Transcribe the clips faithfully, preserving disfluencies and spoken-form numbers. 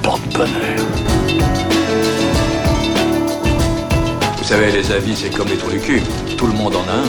porte-bonheur. Vous savez, les avis, c'est comme les trous du cul. Tout le monde en a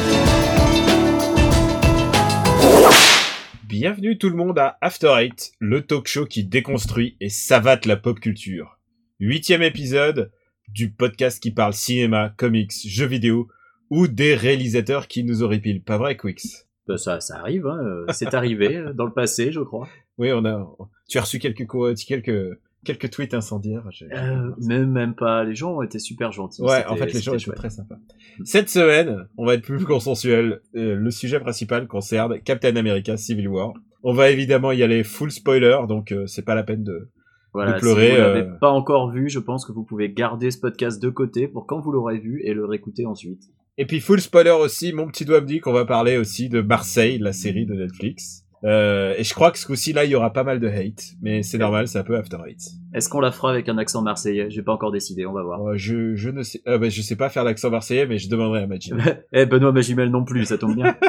un. Bienvenue tout le monde à After Eight, le talk show qui déconstruit et savate la pop culture. Huitième épisode du podcast qui parle cinéma, comics, jeux vidéo ou des réalisateurs qui nous horripilent. Pas vrai, Quix? Ben ça, ça arrive, hein. C'est arrivé dans le passé, je crois. Oui, on a. Tu as reçu quelques quelques quelques tweets incendiaires. J'ai... Euh, même même pas. Les gens ont été super gentils. Ouais, c'était, en fait, les gens étaient chouette. très sympas. Cette semaine, on va être plus consensuel. Euh, le sujet principal concerne Captain America Civil War. On va évidemment y aller full spoiler, donc euh, c'est pas la peine de, voilà, de pleurer. Si vous l'avez euh... pas encore vu, je pense que vous pouvez garder ce podcast de côté pour quand vous l'aurez vu et le réécouter ensuite. Et puis full spoiler aussi, mon petit doigt me dit qu'on va parler aussi de Marseille, la série de Netflix. Euh, et je crois que ce coup-ci là, il y aura pas mal de hate, mais c'est normal, c'est un peu After Eight. Est-ce qu'on la fera avec un accent marseillais? J'ai pas encore décidé, on va voir. Euh, je je ne sais, euh, bah, je sais pas faire l'accent marseillais, mais je demanderai à Magimel. Eh Benoît Magimel non plus, ça tombe bien.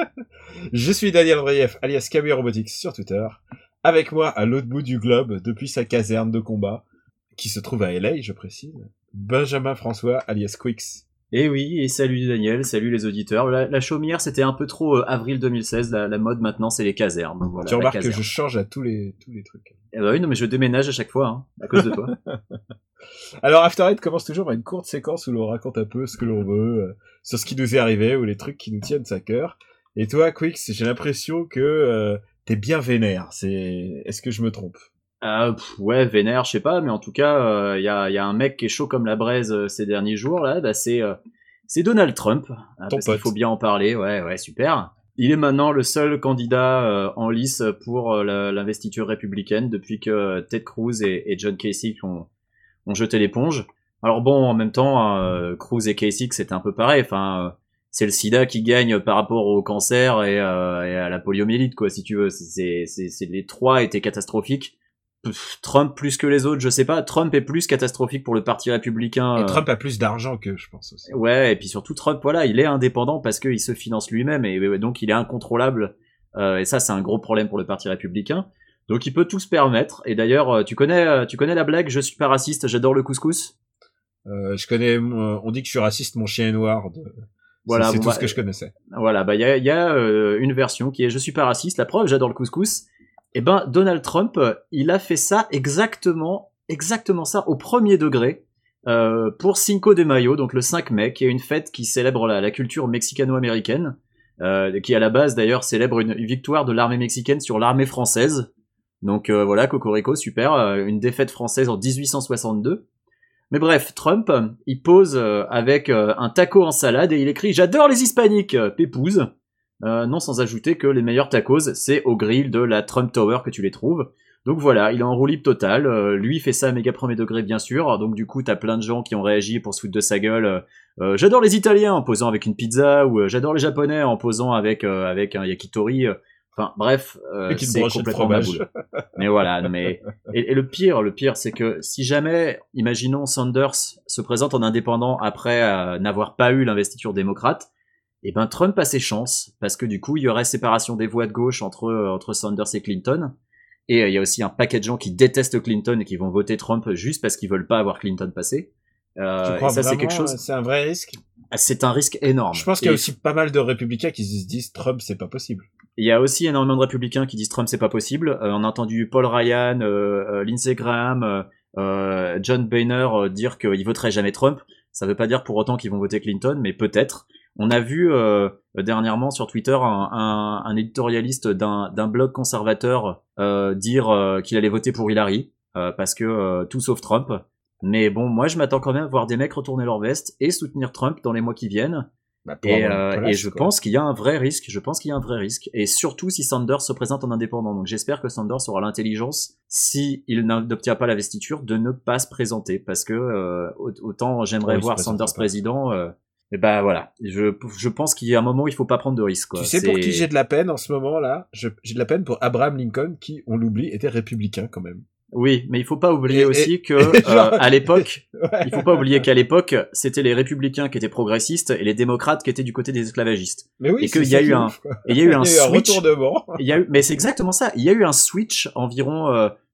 Je suis Daniel Andreev, alias Camille Robotics sur Twitter. Avec moi, à l'autre bout du globe, depuis sa caserne de combat, qui se trouve à L A, je précise, Benjamin François, alias Quix. Et oui, et salut Daniel, salut les auditeurs. La, la chaumière, c'était un peu trop euh, avril deux mille seize, la, la mode maintenant, c'est les casernes. Donc voilà, tu remarques que je change à tous les, tous les trucs. Eh ben oui, non mais je déménage à chaque fois, hein, à cause de toi. Alors After Eight commence toujours par une courte séquence où l'on raconte un peu ce que l'on veut, euh, sur ce qui nous est arrivé, ou les trucs qui nous tiennent à cœur. Et toi, Quix, j'ai l'impression que euh, t'es bien vénère. C'est... Est-ce que je me trompe? Euh, pff, ouais, vénère, je sais pas, mais en tout cas, il euh, y, a, y a un mec qui est chaud comme la braise euh, ces derniers jours, là, bah, c'est, euh, c'est Donald Trump, hein, parce qu'il faut bien en parler, ouais, ouais, super. Il est maintenant le seul candidat euh, en lice pour euh, la, l'investiture républicaine depuis que Ted Cruz et, et John Kasich ont, ont jeté l'éponge. Alors bon, en même temps, euh, Cruz et Kasich, c'était un peu pareil, enfin... Euh, c'est le sida qui gagne par rapport au cancer et, euh, et à la poliomyélite, quoi, si tu veux. C'est, c'est, c'est, les trois étaient catastrophiques. Pff, Trump plus que les autres, je sais pas. Trump est plus catastrophique pour le parti républicain. Et Trump a plus d'argent que, je pense aussi. Ouais, et puis surtout Trump, voilà, il est indépendant parce qu'il se finance lui-même et, et donc il est incontrôlable. Euh, et ça, c'est un gros problème pour le parti républicain. Donc il peut tout se permettre. Et d'ailleurs, tu connais, tu connais la blague, je suis pas raciste, j'adore le couscous. Euh, je connais, on dit que je suis raciste, mon chien est noir. De... Voilà, c'est, c'est bon, tout bah, ce que je connaissais. Voilà, bah il y a, y a euh, une version qui est je suis pas raciste, la preuve, j'adore le couscous. Et ben Donald Trump, il a fait ça exactement, exactement ça au premier degré euh, pour Cinco de Mayo, donc le cinq mai, qui est une fête qui célèbre la, la culture mexicano-américaine, euh, qui à la base d'ailleurs célèbre une, une victoire de l'armée mexicaine sur l'armée française. Donc euh, voilà, cocorico, super, euh, une défaite française en dix-huit cent soixante-deux. Mais bref, Trump, il pose avec un taco en salade et il écrit « J'adore les hispaniques, pépouze !» euh, Non sans ajouter que les meilleurs tacos, c'est au grill de la Trump Tower que tu les trouves. Donc voilà, il est en roue libre totale. Euh, lui, il fait ça à méga premier degré, bien sûr. Donc du coup, t'as plein de gens qui ont réagi pour se foutre de sa gueule. Euh, « J'adore les Italiens » en posant avec une pizza, ou euh, « J'adore les Japonais » en posant avec, euh, avec un yakitori. Enfin bref, euh, c'est complètement ma boule. Mais voilà, non, mais et, et le pire, le pire, c'est que si jamais, imaginons Sanders se présente en indépendant après euh, n'avoir pas eu l'investiture démocrate, et ben Trump a ses chances parce que du coup il y aurait séparation des voix de gauche entre euh, entre Sanders et Clinton. Et il euh, y a aussi un paquet de gens qui détestent Clinton et qui vont voter Trump juste parce qu'ils veulent pas avoir Clinton passer. Euh, tu crois et ça, vraiment, c'est quelque chose. C'est un vrai risque. C'est un risque énorme. Je pense qu'il y a et... aussi pas mal de républicains qui se disent Trump c'est pas possible. Il y a aussi énormément de républicains qui disent Trump c'est pas possible. Euh, on a entendu Paul Ryan, euh, euh, Lindsey Graham, euh, euh, John Boehner euh, dire qu'ils voteraient jamais Trump. Ça veut pas dire pour autant qu'ils vont voter Clinton, mais peut-être. On a vu euh, dernièrement sur Twitter un, un, un éditorialiste d'un, d'un blog conservateur euh, dire euh, qu'il allait voter pour Hillary euh, parce que euh, tout sauf Trump. Mais bon, moi je m'attends quand même à voir des mecs retourner leur veste et soutenir Trump dans les mois qui viennent. Bah, et, euh, place, et je quoi. pense qu'il y a un vrai risque, je pense qu'il y a un vrai risque, et surtout si Sanders se présente en indépendant. Donc j'espère que Sanders aura l'intelligence, si il n'obtient pas la vestiture, de ne pas se présenter, parce que euh, autant j'aimerais ouais, voir Sanders président. Euh, et bah voilà, je je pense qu'il y a un moment où il faut pas prendre de risques. Quoi. Tu sais C'est... pour qui j'ai de la peine en ce moment là, je, j'ai de la peine pour Abraham Lincoln, qui, on l'oublie, était républicain quand même. Oui, mais il faut pas oublier et, aussi et, que genre... euh, à l'époque, ouais. il faut pas oublier qu'à l'époque, c'était les républicains qui étaient progressistes et les démocrates qui étaient du côté des esclavagistes. Mais oui, et qu'il y a eu un, et il y a eu un il y a eu switch. Un retournement. Il y a eu, mais c'est exactement ça. Il y a eu un switch environ euh,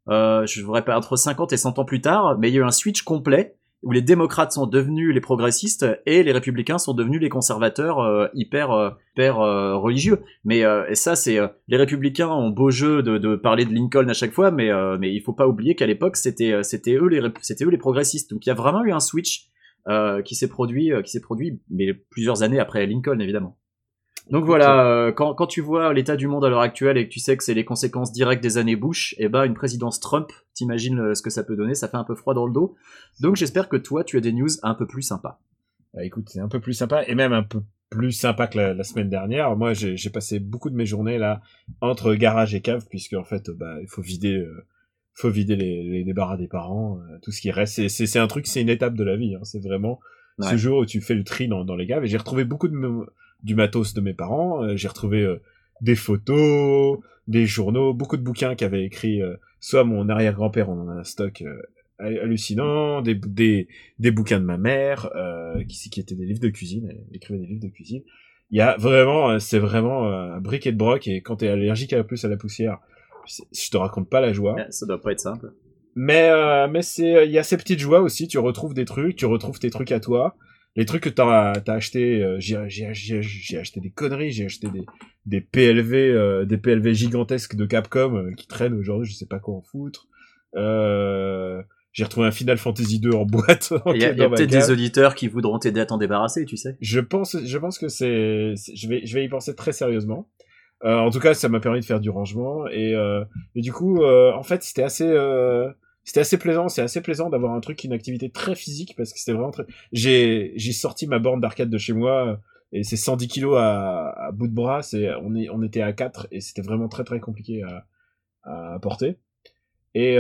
euh, je voudrais pas entre cinquante et cent ans plus tard, mais il y a eu un switch complet où les démocrates sont devenus les progressistes et les républicains sont devenus les conservateurs euh, hyper euh, hyper euh, religieux. Mais euh, et ça c'est euh, les républicains ont beau jeu de, de parler de Lincoln à chaque fois, mais euh, mais il faut pas oublier qu'à l'époque c'était euh, c'était eux les c'était eux les progressistes. Donc il y a vraiment eu un switch euh, qui s'est produit euh, qui s'est produit mais plusieurs années après Lincoln évidemment. Donc voilà, euh, quand, quand tu vois l'état du monde à l'heure actuelle et que tu sais que c'est les conséquences directes des années Bush, et ben une présidence Trump, t'imagines euh, ce que ça peut donner, ça fait un peu froid dans le dos. Donc j'espère que toi, tu as des news un peu plus sympas. Bah, écoute, c'est un peu plus sympa, et même un peu plus sympa que la, la semaine dernière. Moi, j'ai, j'ai passé beaucoup de mes journées là entre garage et cave, puisque en fait, bah, il faut vider, euh, faut vider les, les débarras des parents, euh, tout ce qui reste. C'est, c'est, c'est un truc, c'est une étape de la vie. Hein. C'est vraiment ouais. ce jour où tu fais le tri dans, dans les caves. Et j'ai retrouvé beaucoup de me- du matos de mes parents. Euh, j'ai retrouvé euh, des photos, des journaux, beaucoup de bouquins qu'avait écrit euh, soit mon arrière-grand-père, on en a un stock euh, hallucinant, des, des, des bouquins de ma mère, euh, qui, qui étaient des livres de cuisine, elle écrivait des livres de cuisine. Il y a vraiment, c'est vraiment euh, un bric et de broc, et quand t'es allergique à plus à la poussière, je te raconte pas la joie. Ça doit pas être simple. Mais, euh, mais c'est, il y a ces petites joies aussi, tu retrouves des trucs, tu retrouves tes trucs à toi. Les trucs que t'as, t'as acheté, euh, j'ai, j'ai, j'ai, j'ai acheté des conneries, j'ai acheté des, des P L V, euh, des P L V gigantesques de Capcom euh, qui traînent aujourd'hui, je sais pas quoi en foutre. Euh, j'ai retrouvé un Final Fantasy deux en boîte. Il y a, y a peut-être des auditeurs qui voudront t'aider à t'en débarrasser, tu sais. Je pense, je pense que c'est, c'est je vais, je vais y penser très sérieusement. Euh, en tout cas, ça m'a permis de faire du rangement et, euh, et du coup, euh, en fait, c'était assez, euh, c'était assez plaisant, c'est assez plaisant d'avoir un truc, une activité très physique parce que c'était vraiment très, j'ai, j'ai sorti ma borne d'arcade de chez moi et c'est cent dix kilos à, à bout de bras, c'est, on est, on était à quatre et c'était vraiment très très compliqué à, à porter. Et,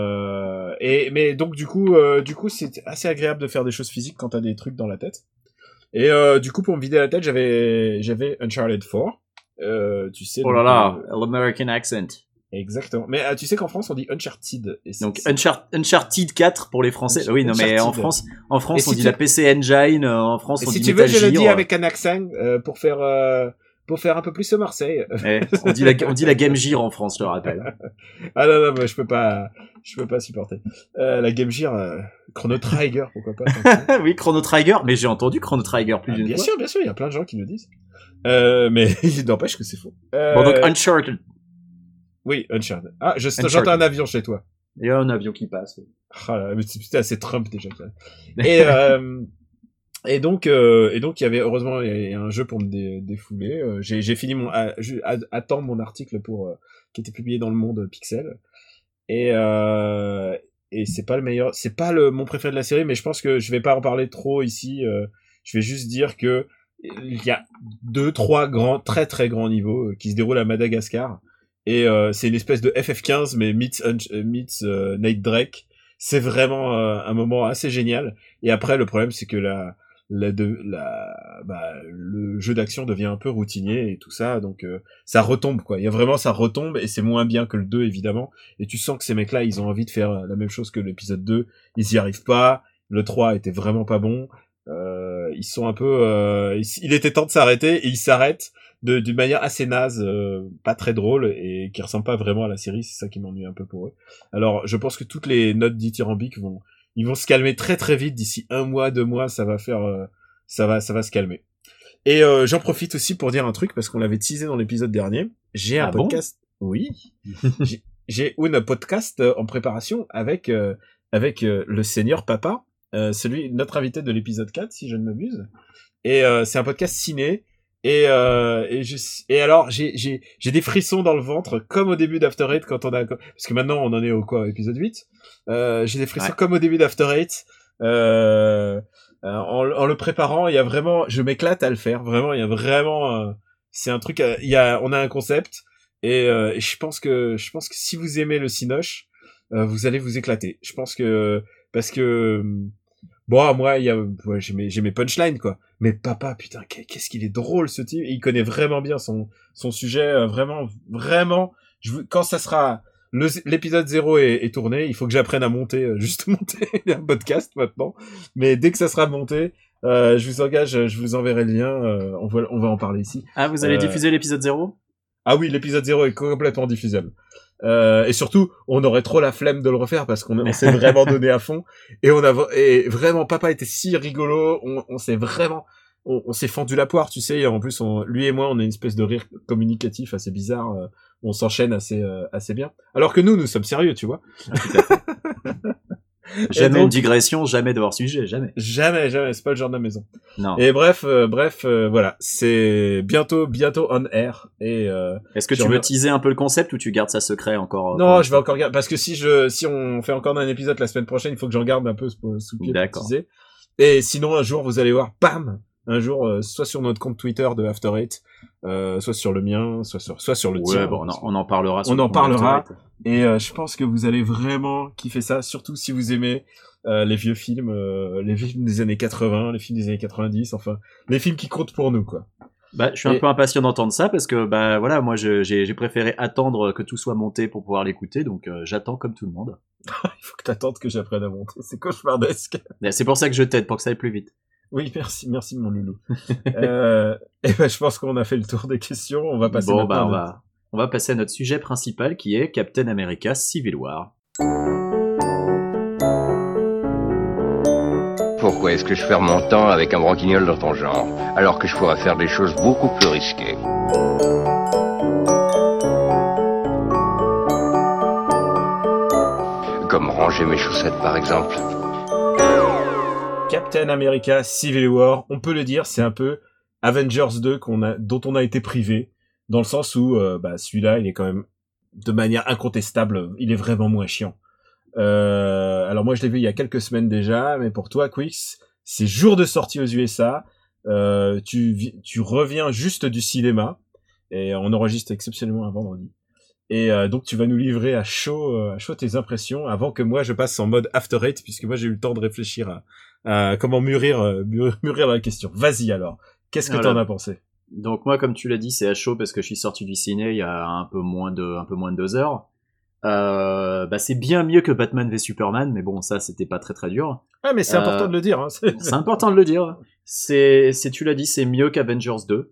euh, et, mais donc du coup, euh, du coup, c'est assez agréable de faire des choses physiques quand t'as des trucs dans la tête. Et, euh, du coup, pour me vider la tête, j'avais, j'avais Uncharted quatre. Euh, tu sais. Oh là là, euh, l'American accent. Exactement. Mais euh, tu sais qu'en France on dit Uncharted. Et c'est, donc c'est... Unchar- Uncharted quatre pour les Français. Unch- oui, non Uncharted. Mais en France, en France on dit tu... la P C Engine. Euh, en France et on si dit tu veux, Metal je le dis Gear. avec un accent euh, pour faire euh, pour faire un peu plus au Marseille. Eh, on dit la on dit la Game Gear en France, je le rappelle. Ah non non, mais je peux pas je peux pas supporter. Euh, la Game Gear, euh, Chrono Trigger, pourquoi pas. Oui, Chrono Trigger, mais j'ai entendu Chrono Trigger plus ah, d'une bien fois. Bien sûr, bien sûr, il y a plein de gens qui le disent. Euh, mais il n'empêche que c'est faux. Euh... Bon, donc Uncharted. Oui, Uncharted. Ah, je, Uncharted. J'entends un avion chez toi. Il y a un avion qui passe. Ah là, mais putain, c'est Trump déjà. Et euh, et donc euh, et donc il y avait heureusement il y a un jeu pour me dé, défouler. Euh, j'ai j'ai fini mon à, à, attendre mon article pour euh, qui était publié dans Le Monde Pixel. Et euh, et c'est pas le meilleur, c'est pas le mon préféré de la série, mais je pense que je vais pas en parler trop ici. Euh, je vais juste dire que il y a deux, trois grands, très très grands niveaux euh, qui se déroulent à Madagascar. Et euh, c'est une espèce de F F quinze, mais meets, uh, meets uh, Nate Drake. C'est vraiment euh, un moment assez génial. Et après, le problème, c'est que la, la, de, la, bah, le jeu d'action devient un peu routinier et tout ça. Donc, euh, ça retombe, quoi. Il y a vraiment, ça retombe et c'est moins bien que le deux, évidemment. Et tu sens que ces mecs-là, ils ont envie de faire la même chose que l'épisode deux. Ils y arrivent pas. Le trois était vraiment pas bon. Euh, ils sont un peu, euh, il était temps de s'arrêter et ils s'arrêtent de d'une manière assez naze, euh, pas très drôle et qui ressemble pas vraiment à la série. C'est ça qui m'ennuie un peu pour eux. Alors, je pense que toutes les notes dithyrambiques vont, ils vont se calmer très très vite d'ici un mois, deux mois. Ça va faire, euh, ça va, ça va se calmer. Et euh, j'en profite aussi pour dire un truc parce qu'on l'avait teasé dans l'épisode dernier. J'ai un ah podcast. Bon oui. j'ai, j'ai un podcast en préparation avec euh, avec euh, le Seigneur Papa. Euh, celui notre invité de l'épisode quatre si je ne m'abuse et euh, c'est un podcast ciné et euh, et je et alors j'ai j'ai j'ai des frissons dans le ventre comme au début d'After Eight quand on a parce que maintenant on en est au quoi épisode huit euh, j'ai des frissons ouais. comme au début d'After Eight euh, en, en le préparant il y a vraiment je m'éclate à le faire vraiment il y a vraiment euh, c'est un truc il y a on a un concept et, euh, et je pense que je pense que si vous aimez le cinoche euh, vous allez vous éclater je pense que parce que bon, moi, il y a, ouais, j'ai mes, j'ai mes punchlines, quoi. Mais papa, putain, qu'est-ce qu'il est drôle, ce type. Il connaît vraiment bien son, son sujet, euh, vraiment, vraiment. Je, quand ça sera, le, l'épisode zéro est, est tourné, il faut que j'apprenne à monter, euh, juste monter un podcast maintenant. Mais dès que ça sera monté, euh, je vous engage, je vous enverrai le lien, euh, on va, on va en parler ici. Ah, vous allez euh, diffuser l'épisode zéro? Ah oui, l'épisode zéro est complètement diffusable. Euh, et surtout, on aurait trop la flemme de le refaire parce qu'on on s'est vraiment donné à fond. Et on a et vraiment, papa était si rigolo. On, on s'est vraiment, on, on s'est fendu la poire, tu sais. Et en plus, on, lui et moi, on a une espèce de rire communicatif assez bizarre. Euh, on s'enchaîne assez, euh, assez bien. Alors que nous, nous sommes sérieux, tu vois. Jamais donc, une digression, jamais de hors sujet, jamais. Jamais, jamais. C'est pas le genre de la maison. Non. Et bref, euh, bref, euh, voilà. C'est bientôt, bientôt on air. Et euh, est-ce que tu veux teaser un peu le concept ou tu gardes ça secret encore? Non, je vais encore garder parce que si je, si on fait encore un épisode la semaine prochaine, il faut que j'en garde un peu sous le pied pour teaser. Et sinon, un jour, vous allez voir, bam, un jour, euh, soit sur notre compte Twitter de After Eight, euh, soit sur le mien, soit sur, soit sur le ouais, tien. Bon, on, en, on en parlera. On en parlera. Et euh, je pense que vous allez vraiment kiffer ça, surtout si vous aimez euh, les vieux films, euh, les films des années quatre-vingts, les films des années quatre-vingt-dix, enfin, les films qui comptent pour nous, quoi. Bah, je suis un et... peu impatient d'entendre ça parce que, bah, voilà, moi, je, j'ai, j'ai préféré attendre que tout soit monté pour pouvoir l'écouter, donc euh, j'attends comme tout le monde. Il faut que t'attendes que j'apprenne à monter, c'est cauchemardesque. C'est pour ça que je t'aide, pour que ça aille plus vite. Oui, merci, merci mon loulou. euh, et ben, je pense qu'on a fait le tour des questions. On va passer. Bon, bah, on va, on va passer à notre sujet principal qui est Captain America Civil War. Pourquoi est-ce que je perds mon temps avec un branquignol dans ton genre, alors que je pourrais faire des choses beaucoup plus risquées? Comme ranger mes chaussettes, par exemple. Captain America Civil War, on peut le dire, c'est un peu Avengers deux qu'on a, dont on a été privé, dans le sens où euh, bah, celui-là, il est quand même, de manière incontestable, il est vraiment moins chiant. Euh, alors moi, je l'ai vu il y a quelques semaines déjà, mais pour toi, Quix, c'est jour de sortie aux U S A, euh, tu, tu reviens juste du cinéma, et on enregistre exceptionnellement un vendredi. Et euh, donc tu vas nous livrer à chaud, à chaud tes impressions avant que moi je passe en mode After Eight, puisque moi j'ai eu le temps de réfléchir à, à comment mûrir, euh, mûrir la question. Vas-y alors, qu'est-ce que voilà. T'en as pensé? Donc moi, comme tu l'as dit, c'est à chaud parce que je suis sorti du ciné il y a un peu moins de, un peu moins de deux heures. Euh, bah c'est bien mieux que Batman v Superman, mais bon, ça c'était pas très très dur. Ah mais c'est euh, important de le dire. Hein. C'est... c'est important de le dire. C'est, c'est tu l'as dit, c'est mieux qu'Avengers deux,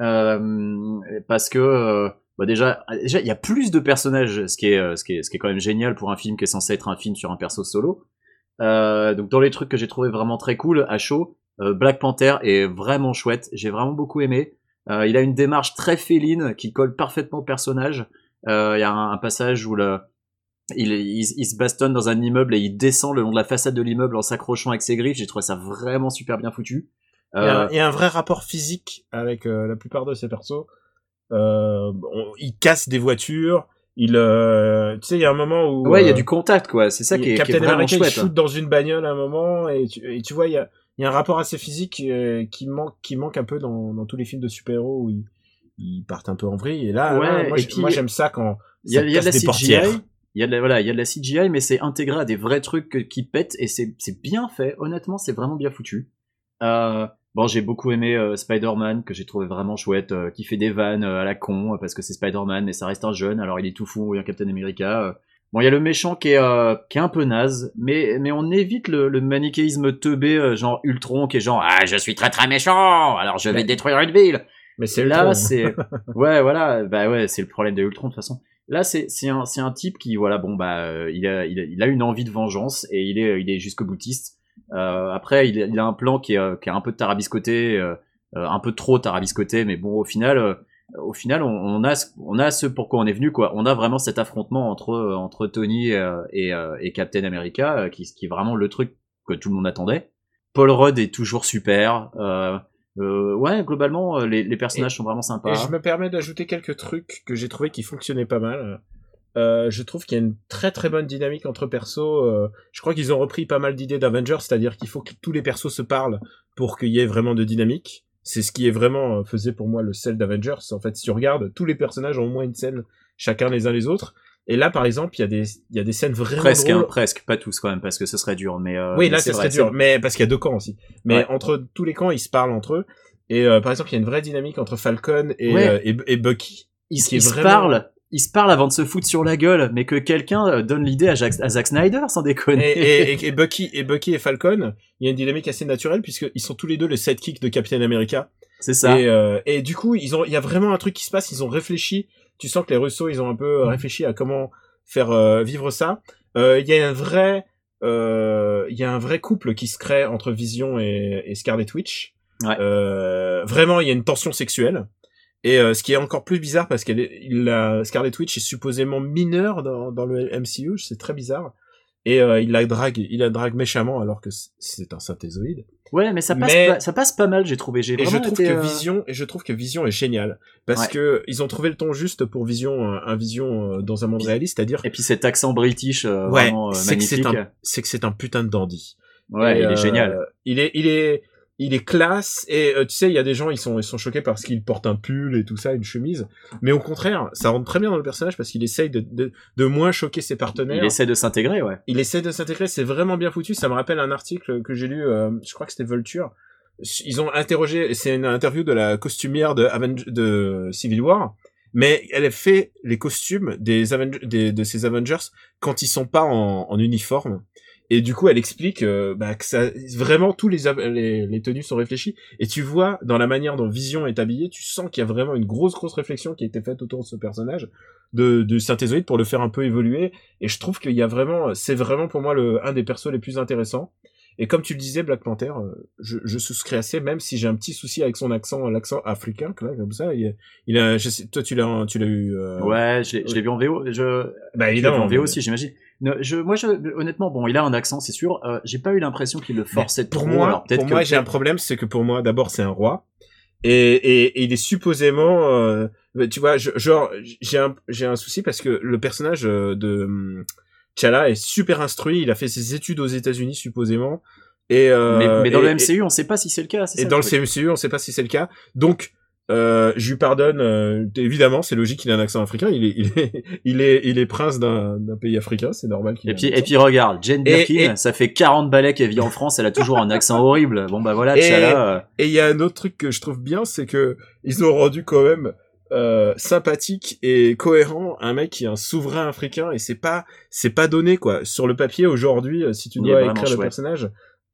euh, parce que euh, bah déjà, déjà il y a plus de personnages, ce qui est, ce qui est, ce qui est quand même génial pour un film qui est censé être un film sur un perso solo. Euh, donc dans les trucs que j'ai trouvé vraiment très cool à chaud, euh, Black Panther est vraiment chouette. J'ai vraiment beaucoup aimé. Euh, il a une démarche très féline qui colle parfaitement au personnage. Il euh, y a un, un passage où le, il, il, il se bastonne dans un immeuble et il descend le long de la façade de l'immeuble en s'accrochant avec ses griffes. J'ai trouvé ça vraiment super bien foutu. Euh, il, y a un, il y a un vrai rapport physique avec euh, la plupart de ses persos. Euh, on, il casse des voitures. Il, euh, tu sais, il y a un moment où ouais, il euh, y a du contact, quoi. C'est ça qui est, Captain qui est vraiment America, chouette. Il shoot dans une bagnole à un moment et tu, et tu vois, il y a, il y a un rapport assez physique euh, qui manque, qui manque un peu dans, dans tous les films de super-héros où ils, ils partent un peu en vrille. Et là, ouais, là moi, et puis, moi, j'aime ça quand il y a, ça il y a de la des C G I. portières. Il y a de la, voilà, il y a de la C G I, mais c'est intégré à des vrais trucs que, qui pètent et c'est, c'est bien fait. Honnêtement, c'est vraiment bien foutu. Euh, Bon, j'ai beaucoup aimé euh, Spider-Man, que j'ai trouvé vraiment chouette, euh, qui fait des vannes euh, à la con, euh, parce que c'est Spider-Man, mais ça reste un jeune, alors il est tout fou, il y a Captain America. Euh. Bon, il y a le méchant qui est, euh, qui est un peu naze, mais, mais on évite le, le manichéisme teubé, euh, genre Ultron, qui est genre « Ah, je suis très très méchant, alors je vais mais... détruire une ville !» Mais c'est là, Ultron. c'est... Ouais, voilà, bah ouais, c'est le problème de Ultron, de toute façon. Là, c'est, c'est, un, c'est un type qui, voilà, bon, bah, euh, il, a, il, a, il a une envie de vengeance, et il est, il est jusqu'au boutiste. Euh, après, il, il a un plan qui est, euh, qui est un peu tarabiscoté, euh, un peu trop tarabiscoté, mais bon, au final, euh, au final, on, on a, on a ce pourquoi on est venu, quoi. On a vraiment cet affrontement entre entre Tony euh, et, euh, et Captain America, euh, qui, qui est vraiment le truc que tout le monde attendait. Paul Rudd est toujours super. Euh, euh, ouais, globalement, les, les personnages et, sont vraiment sympas. Et je me permets d'ajouter quelques trucs que j'ai trouvé qui fonctionnaient pas mal. Euh, je trouve qu'il y a une très très bonne dynamique entre persos. Euh, je crois qu'ils ont repris pas mal d'idées d'Avengers, c'est-à-dire qu'il faut que tous les persos se parlent pour qu'il y ait vraiment de dynamique. C'est ce qui est vraiment euh, faisait pour moi le sel d'Avengers. En fait, si tu regardes, tous les personnages ont au moins une scène, chacun les uns les autres. Et là, par exemple, il y a des il y a des scènes vraiment presque, drôles. Hein, presque, pas tous quand même, parce que ce serait dur. Mais euh, oui, mais là, c'est ce vrai, serait dur, c'est... mais parce qu'il y a deux camps aussi. Mais ouais. Entre tous les camps, ils se parlent entre eux. Et euh, par exemple, il y a une vraie dynamique entre Falcon et ouais. euh, et, et Bucky. Ils, qui ils est se vraiment... parlent. Ils se parlent avant de se foutre sur la gueule, mais que quelqu'un donne l'idée à, Jack, à Zack Snyder, sans déconner. Et, et, et, Bucky, et Bucky et Falcon, il y a une dynamique assez naturelle puisqu'ils sont tous les deux les sidekicks de Captain America. C'est ça. Et, euh, et du coup, ils ont, il y a vraiment un truc qui se passe. Ils ont réfléchi tu sens que les Russo, ils ont un peu réfléchi à comment faire euh, vivre ça. Il euh, y a un vrai, il euh, y a un vrai couple qui se crée entre Vision et, et Scarlet Witch. Ouais. Euh, vraiment, il y a une tension sexuelle. Et euh, ce qui est encore plus bizarre parce qu'elle est, il a, Scarlet Witch est supposément mineure dans, dans le M C U, c'est très bizarre. Et euh, il la drague, il la drague méchamment alors que c'est un synthézoïde. Ouais, mais ça passe, mais... Pas, ça passe pas mal, j'ai trouvé. J'ai et vraiment je trouve été, que euh... Vision, et je trouve que Vision est génial parce ouais. que ils ont trouvé le ton juste pour Vision, un, un Vision dans un monde puis, réaliste, c'est-à-dire. Et puis cet accent british, euh, ouais, vraiment euh, c'est magnifique. Que c'est, un, c'est que c'est un putain de dandy. Ouais, et, il euh, est génial. Il est, il est, il est classe et euh, tu sais, il y a des gens, ils sont, ils sont choqués parce qu'il porte un pull et tout ça, une chemise. Mais au contraire, ça rentre très bien dans le personnage parce qu'il essaye de, de, de moins choquer ses partenaires. Il essaie de s'intégrer, ouais. Il essaie de s'intégrer, c'est vraiment bien foutu. Ça me rappelle un article que j'ai lu, euh, je crois que c'était Vulture. Ils ont interrogé, c'est une interview de la costumière de, Aven- de Civil War, mais elle a fait les costumes des, Aven- des de ces Avengers quand ils sont pas en, en uniforme. Et du coup, elle explique euh, bah, que ça, vraiment tous les, les les tenues sont réfléchies. Et tu vois dans la manière dont Vision est habillé, tu sens qu'il y a vraiment une grosse grosse réflexion qui a été faite autour de ce personnage de de synthézoïde pour le faire un peu évoluer. Et je trouve qu'il y a vraiment, c'est vraiment pour moi le un des persos les plus intéressants. Et comme tu le disais, Black Panther, je, je souscris assez, même si j'ai un petit souci avec son accent, l'accent africain, là, comme ça. Il, il a, je sais, toi, tu l'as, tu l'as eu. Euh... Ouais, je l'ai, je l'ai vu en V O. Je, bah évidemment. En V O aussi, j'imagine. Non, je, moi, je, honnêtement, bon, il a un accent, c'est sûr. Euh, j'ai pas eu l'impression qu'il le forçait pour trop. Moi, alors, peut-être pour que moi, j'ai un problème, c'est que pour moi, d'abord, c'est un roi. Et, et, et il est supposément, euh, tu vois, je, genre, j'ai un, j'ai un souci parce que le personnage de T'Challa est super instruit. Il a fait ses études aux États-Unis supposément. Et euh, mais, mais dans et, le M C U, on sait pas si c'est le cas. C'est et ça, dans le le M C U, on sait pas si c'est le cas. Donc, euh, je lui pardonne. Euh, évidemment, c'est logique qu'il ait un accent africain. Il est, il est, il est, il est prince d'un, d'un pays africain. C'est normal qu'il ait. Et puis, et puis regarde, Jane Birkin, et, et... ça fait quarante balais qu'elle vit en France. Elle a toujours un accent horrible. Bon bah voilà, T'Challa. Et il euh... y a un autre truc que je trouve bien, c'est que ils ont rendu quand même. Euh, sympathique et cohérent un mec qui est un souverain africain et c'est pas c'est pas donné quoi sur le papier aujourd'hui si tu dois écrire chouette. Le personnage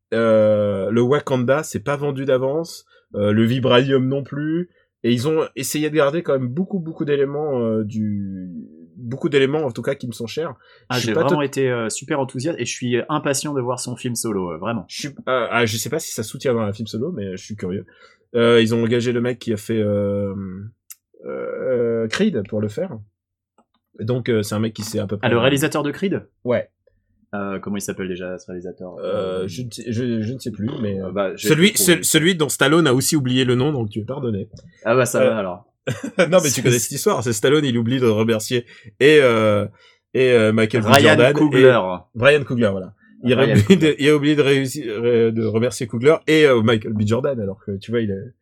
euh, le Wakanda c'est pas vendu d'avance euh, le vibranium non plus et ils ont essayé de garder quand même beaucoup beaucoup d'éléments euh, du beaucoup d'éléments en tout cas qui me sont chers. Ah, j'ai vraiment t- été euh, super enthousiaste et je suis impatient de voir son film solo euh, vraiment. Je suis euh, ah, je sais pas si ça soutient dans un film solo mais je suis curieux. Euh, ils ont engagé le mec qui a fait euh, Euh, Creed pour le faire. Donc euh, c'est un mec qui sait à peu près. Ah, le réalisateur de Creed. Ouais. Euh, comment il s'appelle déjà ce réalisateur euh, je, je, je ne sais plus, mais euh, bah, celui, ce, celui dont Stallone a aussi oublié le nom, donc tu es pardonné. Ah bah ça euh... va alors. non mais tu connais cette histoire, c'est Stallone, il oublie de remercier et euh, et euh, Michael Ryan Jordan Coogler. Et Brian Coogler, voilà. Il a, oublié de, il a oublié de, réussir, de remercier Coogler et euh, Michael B. Jordan, alors que tu vois il est.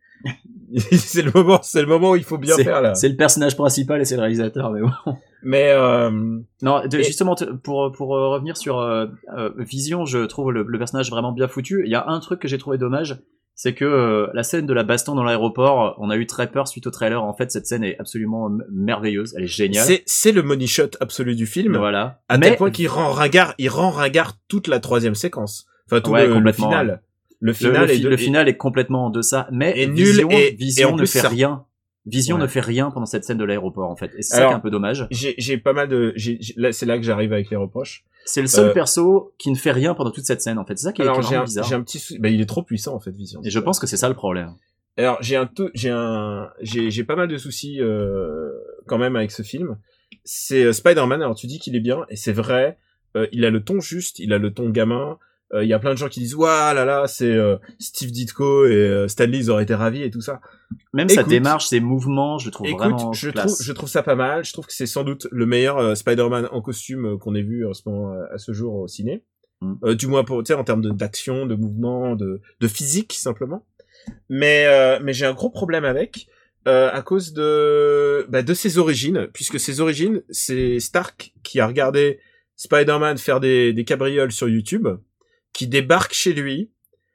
c'est le moment, c'est le moment où il faut bien c'est, faire là. C'est le personnage principal et c'est le réalisateur, mais bon. Mais euh, non, de, et... justement pour pour revenir sur euh, euh, Vision, je trouve le, le personnage vraiment bien foutu. Il y a un truc que j'ai trouvé dommage, c'est que euh, la scène de la baston dans l'aéroport, on a eu très peur suite au trailer. En fait, cette scène est absolument m- merveilleuse, elle est géniale. C'est c'est le money shot absolu du film. Voilà. À mais... tel point qu'il rend ringard, il rend ringard toute la troisième séquence. Enfin tout ouais, le, le final. Ouais. Le final, le, le, est de, le final est complètement en deçà, mais est Vision, nul et, Vision et en ne plus, fait ça... rien. Vision ouais. ne fait rien pendant cette scène de l'aéroport en fait, et c'est Alors, ça qui est un peu dommage. J'ai, j'ai pas mal de, j'ai, j'ai, là c'est là que j'arrive avec les reproches. C'est le seul euh... perso qui ne fait rien pendant toute cette scène en fait. C'est ça qui est, Alors, qui est vraiment j'ai un, bizarre. J'ai un petit, sou... bah, il est trop puissant en fait Vision. Et je pense que c'est ça le problème. Alors j'ai un, t- j'ai un, j'ai, j'ai pas mal de soucis euh, quand même avec ce film. C'est euh, Spider-Man. Alors tu dis qu'il est bien et c'est vrai. Euh, il a le ton juste, il a le ton gamin. Il euh, y a plein de gens qui disent waouh là là c'est euh, Steve Ditko et euh, Stan Lee ils auraient été ravis et tout ça. Même écoute, sa démarche, ses mouvements, je trouve écoute, vraiment je classe. trouve je trouve ça pas mal. Je trouve que c'est sans doute le meilleur euh, Spider-Man en costume euh, qu'on ait vu en ce moment euh, à ce jour au ciné. Mm. Euh, du moins pour tu sais en termes de, d'action, de mouvement, de de physique simplement. Mais euh, mais j'ai un gros problème avec euh, à cause de bah, de ses origines puisque ses origines c'est Stark qui a regardé Spider-Man faire des des cabrioles sur YouTube, qui débarque chez lui,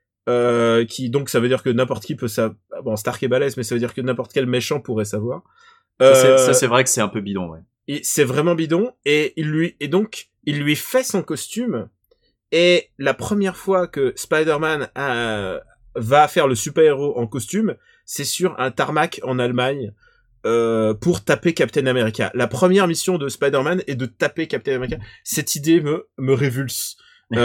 euh, qui donc ça veut dire que n'importe qui peut ça. Bon, Stark est balèze, mais ça veut dire que n'importe quel méchant pourrait savoir. Euh, ça, c'est, ça c'est vrai que c'est un peu bidon, ouais. Et c'est vraiment bidon, et il lui et donc il lui fait son costume. Et la première fois que Spider-Man a, va faire le super-héros en costume, c'est sur un tarmac en Allemagne. euh, pour taper Captain America. La première mission de Spider-Man est de taper Captain America. Cette idée me me révulse.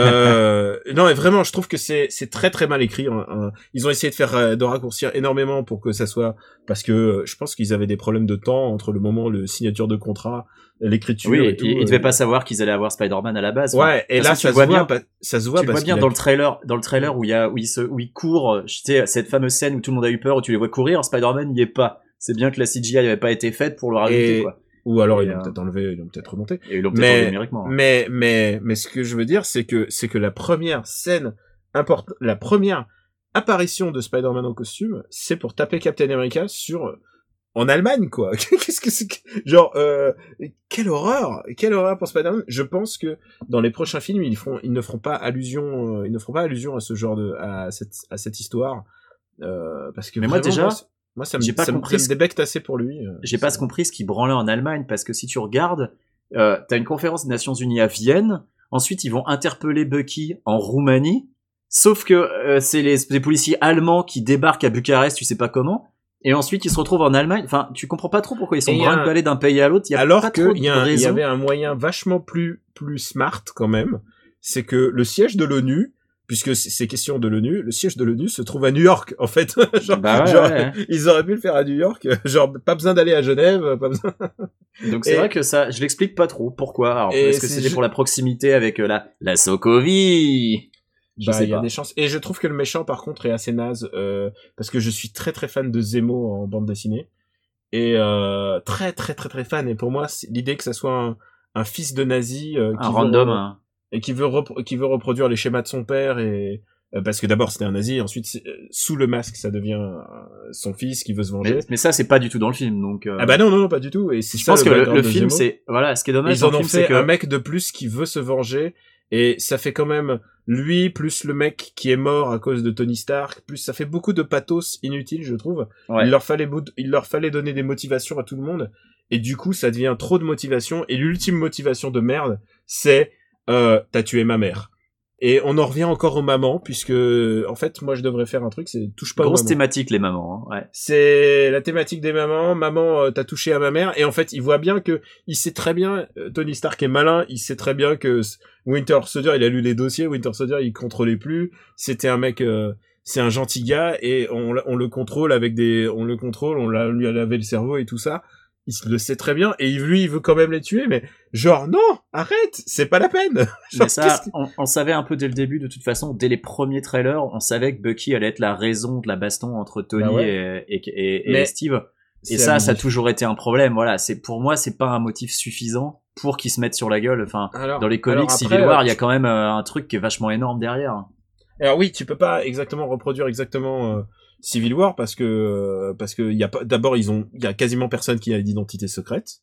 euh, non, et vraiment, je trouve que c'est c'est très très mal écrit. Hein, hein. Ils ont essayé de faire euh, de raccourcir énormément pour que ça soit, parce que euh, je pense qu'ils avaient des problèmes de temps entre le moment le signature de contrat, l'écriture. Oui, et tout, ils, ils euh... devaient pas savoir qu'ils allaient avoir Spider-Man à la base. Ouais, enfin, et là ça se voit bien, ça se voit tu parce vois bien dans le trailer, dans le trailer où il y a où il se où il court, tu sais, cette fameuse scène où tout le monde a eu peur, où tu les vois courir, Spider-Man n'y est pas. C'est bien que la C G I avait pas été faite pour le rajouter, et... quoi. Ou alors et ils l'ont euh... peut-être enlevé, ils l'ont peut-être remonté. Et ils l'ont peut-être mais, enlevé numériquement. Hein. Mais, mais, mais ce que je veux dire, c'est que, c'est que la première scène importante, la première apparition de Spider-Man en costume, c'est pour taper Captain America sur, en Allemagne, quoi. Qu'est-ce que c'est que, genre, euh, quelle horreur, quelle horreur pour Spider-Man. Je pense que dans les prochains films, ils feront, ils ne feront pas allusion, euh, ils ne feront pas allusion à ce genre de, à cette, à cette histoire, euh, parce que mais vraiment, moi déjà, moi, Moi, ça me, j'ai pas ça compris me, ça me débecte assez pour lui. Euh, j'ai pas compris ce qui branlait en Allemagne, parce que si tu regardes, euh, t'as une conférence des Nations Unies à Vienne, ensuite ils vont interpeller Bucky en Roumanie, sauf que euh, c'est les, les policiers allemands qui débarquent à Bucarest, tu sais pas comment, et ensuite ils se retrouvent en Allemagne. Enfin, tu comprends pas trop pourquoi ils sont brinque-ballés d'un pays à l'autre. Y a Alors pas que trop de il y, a un, raison. il y avait un moyen vachement plus plus smart quand même, c'est que le siège de l'ONU, puisque c'est question de l'ONU, le siège de l'ONU se trouve à New York, en fait. genre, bah ouais, genre ouais. Ils auraient pu le faire à New York, genre, pas besoin d'aller à Genève, pas besoin... Donc c'est et... vrai que ça, je l'explique pas trop. Pourquoi? Alors, et est-ce que c'était ju... pour la proximité avec euh, la, la Sokovie? Je bah, sais il y a pas. des chances. Et je trouve que le méchant, par contre, est assez naze, euh, parce que je suis très très fan de Zemo en bande dessinée. Et, euh, très très très très fan. Et pour moi, l'idée que ça soit un, un fils de nazi, euh, qui un veut random, re... hein. et qui veut, repro... qui veut reproduire les schémas de son père et, parce que d'abord c'était un nazi, ensuite sous le masque ça devient son fils qui veut se venger. Mais, mais ça c'est pas du tout dans le film, donc. Euh... Ah bah non non non pas du tout. Et c'est je ça pense le que le, le film Zemo. c'est voilà, ce qui est dommage. Ils en dans ont le film, fait que... un mec de plus qui veut se venger et ça fait quand même lui plus le mec qui est mort à cause de Tony Stark, plus ça fait beaucoup de pathos inutile je trouve. Ouais. Il leur fallait il leur fallait donner des motivations à tout le monde et du coup ça devient trop de motivation et l'ultime motivation de merde c'est euh, t'as tué ma mère. Et on en revient encore aux mamans, puisque, en fait, moi, je devrais faire un truc, c'est touche pas aux mamans. Grosse thématique, les mamans, hein, ouais. C'est la thématique des mamans. Maman, euh, t'as touché à ma mère. Et en fait, il voit bien que, il sait très bien, euh, Tony Stark est malin, il sait très bien que Winter Soldier, il a lu les dossiers, Winter Soldier, il contrôlait plus. C'était un mec, euh, c'est un gentil gars, et on, on le contrôle avec des, on le contrôle, on l'a, lui a lavé le cerveau et tout ça. Il le sait très bien, et lui, il veut quand même les tuer, mais genre, non, arrête, c'est pas la peine. Genre, mais ça, on, on savait un peu dès le début, de toute façon, dès les premiers trailers, on savait que Bucky allait être la raison de la baston entre Tony bah ouais. et, et, et, et Steve. Et ça, ça a toujours été un problème, voilà. C'est, pour moi, c'est pas un motif suffisant pour qu'ils se mettent sur la gueule. Enfin, alors, dans les comics après, Civil War, il y a quand même euh, un truc qui est vachement énorme derrière. Alors oui, tu peux pas exactement reproduire exactement, euh, Civil War parce que parce que il y a pas d'abord ils ont il y a quasiment personne qui a d'identité secrète.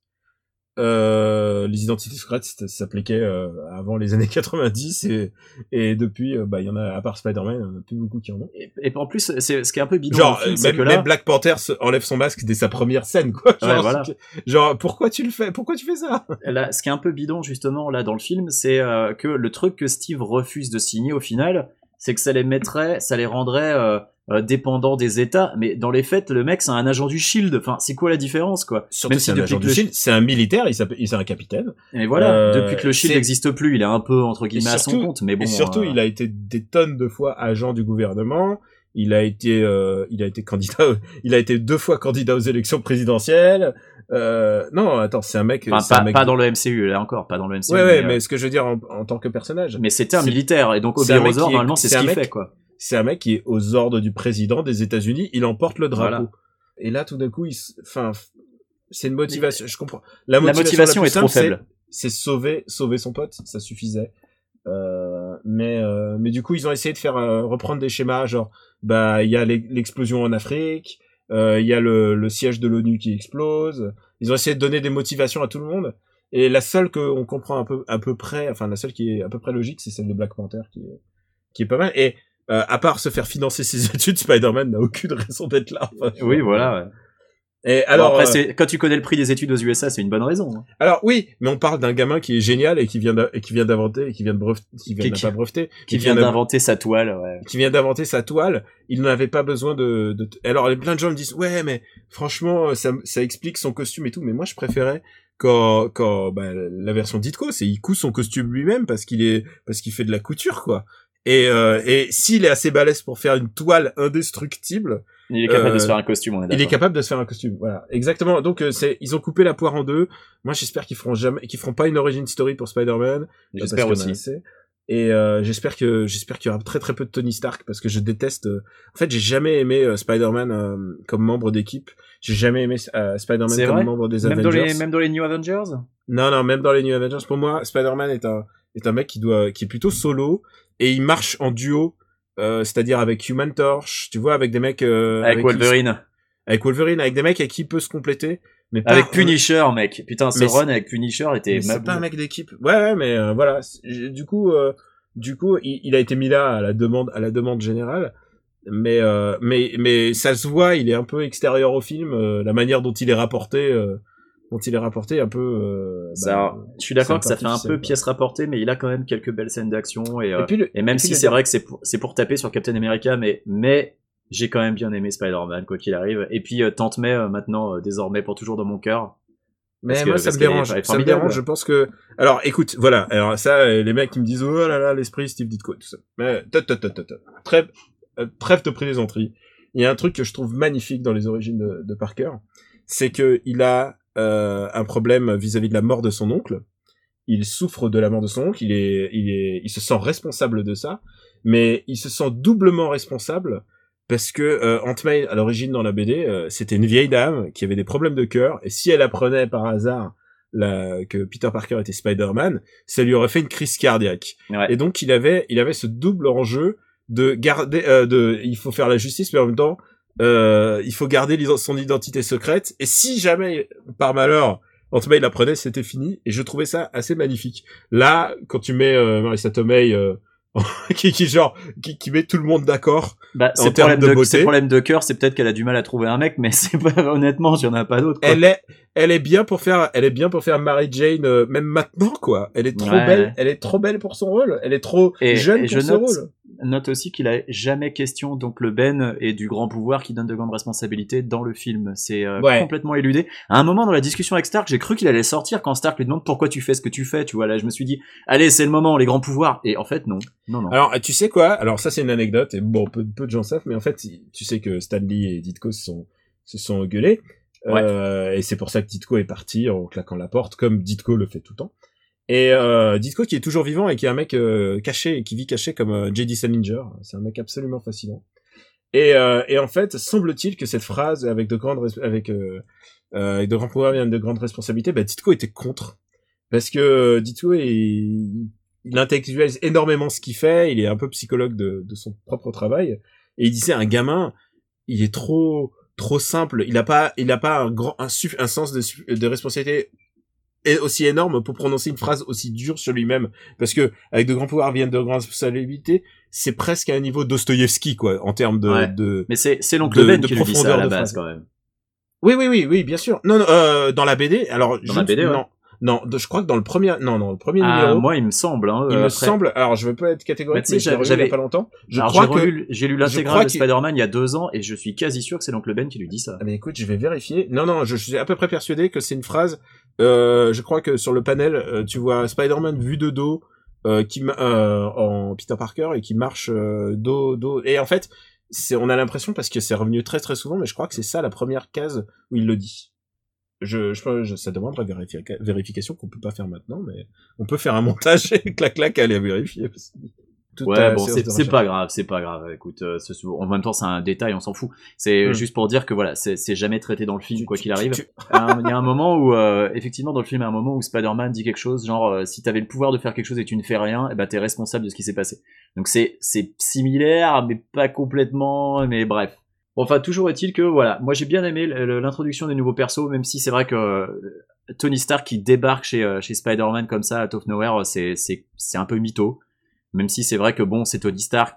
Euh, les identités secrètes ça s'appliquait euh, avant les années quatre-vingt-dix et et depuis euh, bah il y en a à part Spider-Man, il y en a plus beaucoup qui en ont. Et, et en plus c'est ce qui est un peu bidon genre dans le film, même, c'est que là même Black Panther enlève son masque dès sa première scène quoi. Genre, ouais, voilà. genre pourquoi tu le fais pourquoi tu fais ça? Là, ce qui est un peu bidon justement là dans le film, c'est euh, que le truc que Steve refuse de signer au final, c'est que ça les mettrait, ça les rendrait euh, euh, dépendants des États. Mais dans les faits, le mec, c'est un agent du Shield. Enfin, c'est quoi la différence, quoi? Surtout Même si c'est un agent du Shield, c'est un militaire, il s'appelle, c'est un capitaine. Et voilà, euh, depuis que le Shield n'existe plus, il est un peu entre guillemets surtout, à son compte. Mais bon. Et surtout, euh... il a été des tonnes de fois agent du gouvernement. Il a été, euh, il a été candidat, il a été deux fois candidat aux élections présidentielles. Euh, non, attends, c'est un mec. Enfin, c'est pas, un mec pas de... dans le M C U, là encore, pas dans le M C U. Ouais, ouais, mais, mais euh... ce que je veux dire en, en tant que personnage. Mais c'était un militaire, et donc au Obi-Wan normalement, c'est ce qu'il fait, quoi. C'est un mec qui est aux ordres du président des États-Unis. Il emporte le drapeau. Voilà. Et là, tout d'un coup, il, enfin, c'est une motivation. Mais... Je comprends. La motivation, la motivation la est trop faible. C'est sauver, sauver son pote. Ça suffisait. Euh, mais, euh, mais du coup, ils ont essayé de faire euh, reprendre des schémas, genre, bah, il y a l'explosion en Afrique. Il euh, y a le, le siège de l'ONU qui explose. Ils ont essayé de donner des motivations à tout le monde. Et la seule qu'on comprend un peu, à peu près, enfin, la seule qui est à peu près logique, c'est celle de Black Panther, qui est, qui est pas mal. Et, euh, à part se faire financer ses études, Spider-Man n'a aucune raison d'être là. Enfin, oui, voilà, ouais. Et alors, bon, après, euh, c'est, quand tu connais le prix des études aux U S A, c'est une bonne raison. Hein. alors oui, mais on parle d'un gamin qui est génial et qui vient d'a- et qui vient d'inventer et qui vient de breveter, qui vient Qui- de qui- pas breveter, Qui mais vient d'av- d'inventer sa toile, ouais. qui vient d'inventer sa toile. Il n'avait pas besoin de, de... Alors plein de gens me disent ouais, mais franchement, ça, ça explique son costume et tout. Mais moi, je préférais quand, quand bah, la version Ditko, c'est il coud son costume lui-même parce qu'il est, parce qu'il fait de la couture, quoi. Et, euh, et s'il est assez balèze pour faire une toile indestructible, Il est capable euh, de se faire un costume, on est il est d'accord. capable de se faire un costume. Voilà, exactement. Donc euh, c'est, ils ont coupé la poire en deux. Moi, j'espère qu'ils feront jamais, qu'ils feront pas une origin story pour Spider-Man. J'espère parce qu'il y en a aussi. assez. Et euh, j'espère que j'espère qu'il y aura très très peu de Tony Stark parce que je déteste. Euh... En fait, j'ai jamais aimé euh, Spider-Man euh, comme membre d'équipe. J'ai jamais aimé euh, Spider-Man C'est comme vrai membre des Même dans Avengers. les, même dans les New Avengers? Non, non, même dans les New Avengers, pour moi, Spider-Man est un est un mec qui doit qui est plutôt solo et il marche en duo, euh, c'est-à-dire avec Human Torch, tu vois, avec des mecs euh, Avec qui- Wolverine. avec Wolverine, avec des mecs avec qui il peut se compléter, mais pas Avec Punisher, mec. Putain, ce Mais run avec Punisher était mais c'est ma pas un boule. mec d'équipe. Ouais, ouais, mais euh, voilà. C'est- Du coup, euh, du coup, il, il a été mis là à la demande, à la demande générale. Mais, euh, mais, mais ça se voit. Il est un peu extérieur au film. euh, la manière dont il est rapporté, euh, dont il est rapporté, un peu. Euh, Ça, bah, je suis d'accord que c'est ça fait un artificiel, peu quoi. pièce rapportée, mais il a quand même quelques belles scènes d'action et, euh, Et puis le- et même et puis si le- c'est vrai que c'est pour, c'est pour taper sur Captain America, mais, mais j'ai quand même bien aimé Spider-Man, quoi qu'il arrive. Et puis, euh, Tante May, euh, maintenant, euh, désormais, pour toujours dans mon cœur. Mais Parce que- moi, ça parce me qu'elle est- dérange. elle est Ça me formidable. dérange. Je pense que. Alors, écoute, voilà. Alors ça, euh, les mecs qui me disent oh là là, l'esprit Steve Ditko, tout ça. Mais tot, tot, tot, tot, tot. Trêve, euh, trêve de plaisanterie. Il y a un truc que je trouve magnifique dans les origines de, de Parker, c'est que il a euh, un problème vis-à-vis de la mort de son oncle. Il souffre de la mort de son oncle. Il est, il est, il se sent responsable de ça, mais il se sent doublement responsable. Parce que euh, Aunt May, à l'origine dans la B D, euh, c'était une vieille dame qui avait des problèmes de cœur, et si elle apprenait par hasard la, que Peter Parker était Spider-Man, ça lui aurait fait une crise cardiaque. Ouais. Et donc il avait, il avait ce double enjeu de garder, euh, de, il faut faire la justice, mais en même temps, euh, il faut garder l'ident- son identité secrète. Et si jamais, par malheur, Aunt May l'apprenait, c'était fini. Et je trouvais ça assez magnifique. Là, quand tu mets euh, Marissa Tomei euh, qui, qui genre qui, qui met tout le monde d'accord. Bah, En c'est termes problème de de, beauté. c'est problème de cœur, c'est peut-être qu'elle a du mal à trouver un mec, mais c'est pas, honnêtement, il y en a pas d'autres, quoi. Elle est, elle est bien pour faire, elle est bien pour faire Mary Jane, euh, même maintenant, quoi. Elle est trop Ouais. belle, elle est trop belle pour son rôle. Elle est trop Et- jeune et pour je ce note- rôle. Note aussi qu'il a jamais question donc le Ben et du grand pouvoir qui donne de grandes responsabilités dans le film. C'est euh, Ouais. complètement éludé. À un moment dans la discussion avec Stark, j'ai cru qu'il allait sortir quand Stark lui demande pourquoi tu fais ce que tu fais. Tu vois là, je me suis dit allez c'est le moment les grands pouvoirs. Et en fait non, non non. Alors, tu sais quoi? Alors, ça, c'est une anecdote, et bon, peu, peu de gens savent, mais en fait, tu sais que Stan Lee et Ditko se sont, se sont gueulés. Ouais. Euh, et c'est pour ça que Ditko est parti en claquant la porte, comme Ditko le fait tout le temps. Et euh, Ditko qui est toujours vivant et qui est un mec euh, caché, et qui vit caché comme euh, J D Salinger. C'est un mec absolument fascinant. Et, euh, et en fait, semble-t-il que cette phrase, avec de grandes, res- avec, euh, euh, avec de grands pouvoirs viennent de grandes responsabilités, bah, Ditko était contre. Parce que Ditko est, il intellectualise énormément ce qu'il fait, il est un peu psychologue de, de son propre travail, et il disait un gamin, il est trop, trop simple, il a pas, il a pas un grand, un, suff- un sens de, su- de responsabilité est aussi énorme pour prononcer une phrase aussi dure sur lui-même, parce que avec de grands pouvoirs viennent de grandes responsabilités, c'est presque à un niveau Dostoïevski, quoi, en termes de, Ouais. de... Mais c'est c'est l'oncle de- Ben de qui lui dit ça profondeur à la de base phrase. quand même. Oui, oui, oui, oui, bien sûr. Non, non, euh, dans la B D, alors, Dans je la ne- B D, ouais. non, non, de- je crois que dans le premier, non, non, le premier Ah, numéro, moi il me semble. Hein, il euh, me après- semble, alors je veux pas être Bah, catégorique, tu sais, mais je l'ai j'avais- revu il y a j'avais- pas longtemps. Je Alors, crois j'ai que, relu- j'ai lu crois l'intégrale de qu'il- Spider-Man il y a deux ans et je suis quasi sûr que c'est l'oncle Ben qui lui dit ça. ah, mais écoute, je vais vérifier. Non, non, je, je suis à peu près persuadé que c'est une phrase, euh, je crois que sur le panel, euh, tu vois Spider-Man vu de dos, euh, qui, ma- euh, en Peter Parker et qui marche, euh, dos, dos, et en fait, c'est, on a l'impression parce que c'est revenu très très souvent, mais je crois que c'est ça la première case où il le dit. Je, je, je ça demanderait vérifi- vérification qu'on peut pas faire maintenant, mais on peut faire un montage et clac clac aller vérifier. Tout Ouais, à bon, séance c'est de c'est recherche. pas grave, c'est pas grave. Écoute, euh, ce- en même temps, c'est un détail, on s'en fout. C'est Mm. juste pour dire que voilà, c'est c'est jamais traité dans le film, Tu- quoi tu- qu'il tu- arrive. tu- Euh, Il y a un moment où, euh, effectivement, dans le film, il y a un moment où Spider-Man dit quelque chose, genre, euh, si t'avais le pouvoir de faire quelque chose et tu ne fais rien, eh ben t'es responsable de ce qui s'est passé. Donc c'est c'est similaire, mais pas complètement. Mais bref. Bon, enfin, toujours est-il que voilà, moi j'ai bien aimé l- l- l'introduction des nouveaux persos, même si c'est vrai que euh, Tony Stark qui débarque chez euh, chez Spider-Man comme ça, out of nowhere, c'est c'est c'est un peu mytho. Même si c'est vrai que bon, c'est Tony Stark, mais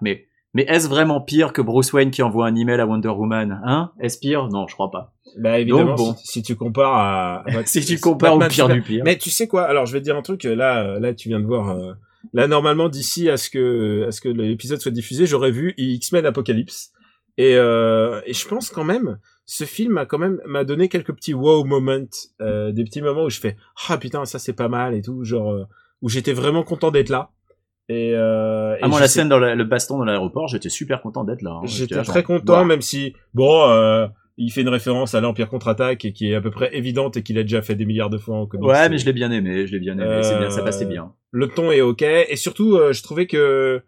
Mais est-ce vraiment pire que Bruce Wayne qui envoie un email à Wonder Woman, hein? Est-ce pire? Non, je crois pas. Bah évidemment, Donc, bon. si, si tu compares à... à Si tu compares au Batman, pire super- du pire. Mais tu sais quoi? Alors je vais te dire un truc. Là, là, tu viens de voir. euh, Là, normalement, d'ici à ce que, à ce que l'épisode soit diffusé, j'aurais vu X-Men Apocalypse. Et, euh, et je pense quand même, ce film a quand même m'a donné quelques petits wow moments, euh, des petits moments où je fais ah putain ça c'est pas mal et tout, genre euh, où j'étais vraiment content d'être là. Et, euh, Ah, et moi, je la sais- scène dans la- le baston dans l'aéroport, j'étais super content d'être là. hein. J'étais là, très genre, content, waouh. même si bon, euh, il fait une référence à l'Empire contre-attaque et qui est à peu près évidente et qu'il a déjà fait des milliards de fois en comics. Ouais, mais je l'ai bien aimé, je l'ai bien aimé. C'est bien, ça passait Euh, bien. Le ton est ok et surtout euh, je trouvais que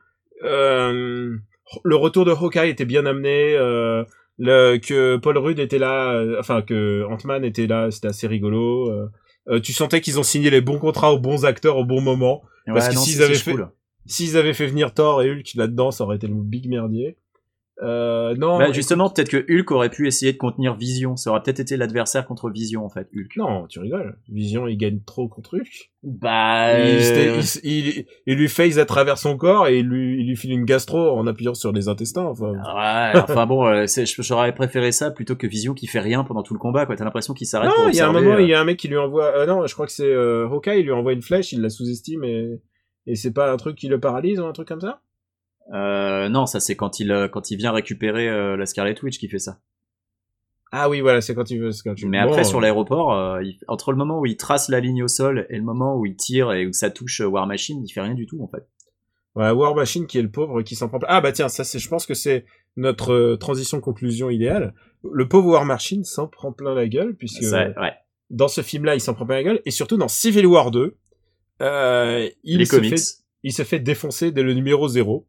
euh, le retour de Hawkeye était bien amené, euh, le, que Paul Rudd était là, euh, enfin que Ant-Man était là, c'était assez rigolo. Euh, euh, tu sentais qu'ils ont signé les bons contrats aux bons acteurs au bon moment. Parce Ouais, que non, s'ils c'est- avaient c'est fait- cool. S'ils avaient fait venir Thor et Hulk là-dedans, ça aurait été le big merdier. Euh, non, Bah, justement, peut-être que Hulk aurait pu essayer de contenir Vision. Ça aurait peut-être été l'adversaire contre Vision, en fait, Hulk. non, tu rigoles. Vision, il gagne trop contre Hulk. Bah, Il, euh, il, il, il lui phase à travers son corps et il lui, il lui file une gastro en appuyant sur les intestins. Enfin, ouais, enfin bon, euh, c'est- j'aurais préféré ça plutôt que Vision qui fait rien pendant tout le combat, quoi. T'as l'impression qu'il s'arrête pour non, il y a un observer, moment, euh. il y a un mec qui lui envoie. Euh, non, je crois que c'est euh, Hawkeye. Il lui envoie une flèche, il la sous-estime et et c'est pas un truc qui le paralyse ou un truc comme ça. Euh, non, ça c'est quand il euh, quand il vient récupérer euh, la Scarlet Witch qui fait ça. Ah oui, voilà, c'est quand il veut. c'est quand tu- Mais bon, après euh, sur l'aéroport, euh, il- entre le moment où il trace la ligne au sol et le moment où il tire et où ça touche euh, War Machine, il fait rien du tout en fait. Ouais, War Machine qui est le pauvre qui s'en prend plein. Ah bah tiens, ça c'est, je pense que c'est notre euh, transition conclusion idéale. Le pauvre War Machine s'en prend plein la gueule puisque Ça, ouais. dans ce film-là, il s'en prend plein la gueule et surtout dans Civil War deux, euh, il Les se comics. fait, il se fait défoncer dès le numéro zéro.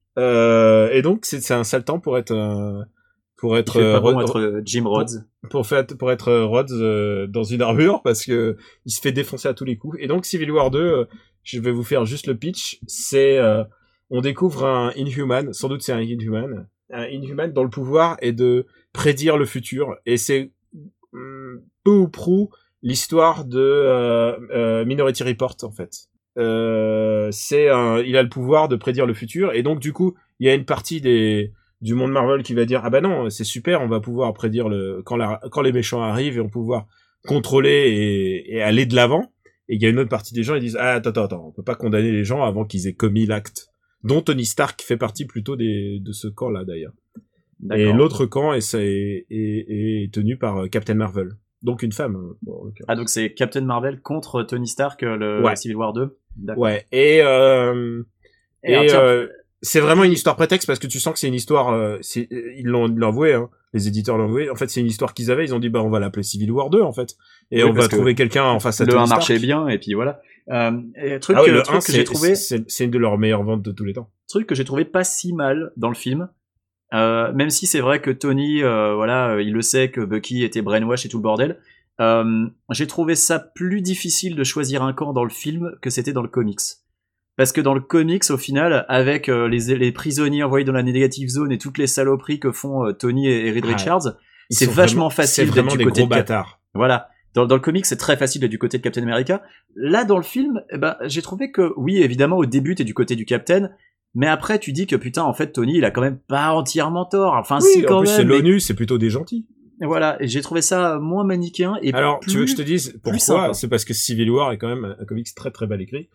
Euh, et donc c'est, c'est un sale temps pour être un, pour Il être fait pas euh, bon re- être euh, Jim Rhodes. pour faire pour être euh, Rhodes euh, dans une armure parce que il se fait défoncer à tous les coups. Et donc Civil War deux, euh, je vais vous faire juste le pitch, c'est euh, on découvre un Inhuman, sans doute c'est un Inhuman, un Inhuman dont le pouvoir est de prédire le futur et c'est hum, peu ou prou l'histoire de euh, euh, Minority Report en fait. Euh, c'est un, il a le pouvoir de prédire le futur et donc du coup il y a une partie des du monde Marvel qui va dire ah bah non c'est super, on va pouvoir prédire le quand la quand les méchants arrivent et on va pouvoir contrôler et, et aller de l'avant. Et il y a une autre partie des gens ils disent ah attends attends attends on peut pas condamner les gens avant qu'ils aient commis l'acte, dont Tony Stark fait partie plutôt des de ce camp là d'ailleurs. Et D'accord. l'autre camp est, est, est, est tenu par Captain Marvel, donc une femme. euh, Bon, en l'occurrence. Ah donc c'est Captain Marvel contre Tony Stark euh, le Ouais. Civil War deux. D'accord. Ouais et euh, Et et alors, tiens, euh, c'est vraiment une histoire prétexte parce que tu sens que c'est une histoire. Euh, c'est, ils l'ont, ils l'ont avoué, hein, les éditeurs l'ont avoué. En fait, c'est une histoire qu'ils avaient. Ils ont dit bah on va l'appeler Civil War deux en fait, et Oui, on parce va que trouver quelqu'un en face à le Tony un Stark. marchait bien et puis voilà. Euh, et truc, Ah oui, que- le truc un, que c'est, j'ai trouvé, c'est, c'est une de leurs meilleures ventes de tous les temps. truc que j'ai trouvé pas si mal dans le film. Euh, même si c'est vrai que Tony, euh, voilà, euh, il le sait que Bucky était brainwash et tout le bordel. Euh, j'ai trouvé ça plus difficile de choisir un camp dans le film que c'était dans le comics. Parce que dans le comics, au final, avec euh, les, les prisonniers envoyés dans la négative zone et toutes les saloperies que font euh, Tony et, et Reed Ah, Richards, Ils c'est sont vachement vraiment- facile C'est d'être vraiment du des côté gros de Cap- bâtards. Voilà. Dans, dans le comic, c'est très facile d'être du côté de Captain America. Là, dans le film, eh ben, j'ai trouvé que, oui, évidemment, au début, t'es du côté du Captain, mais après, tu dis que, putain, en fait, Tony, il a quand même pas entièrement tort. Enfin, Oui, si, quand en plus même. c'est mais- l'ONU, c'est plutôt des gentils. et voilà. Et j'ai trouvé ça moins manichéen et Alors, plus... tu veux que je te dise sympa. pourquoi? C'est parce que Civil War est quand même un comics très très mal écrit,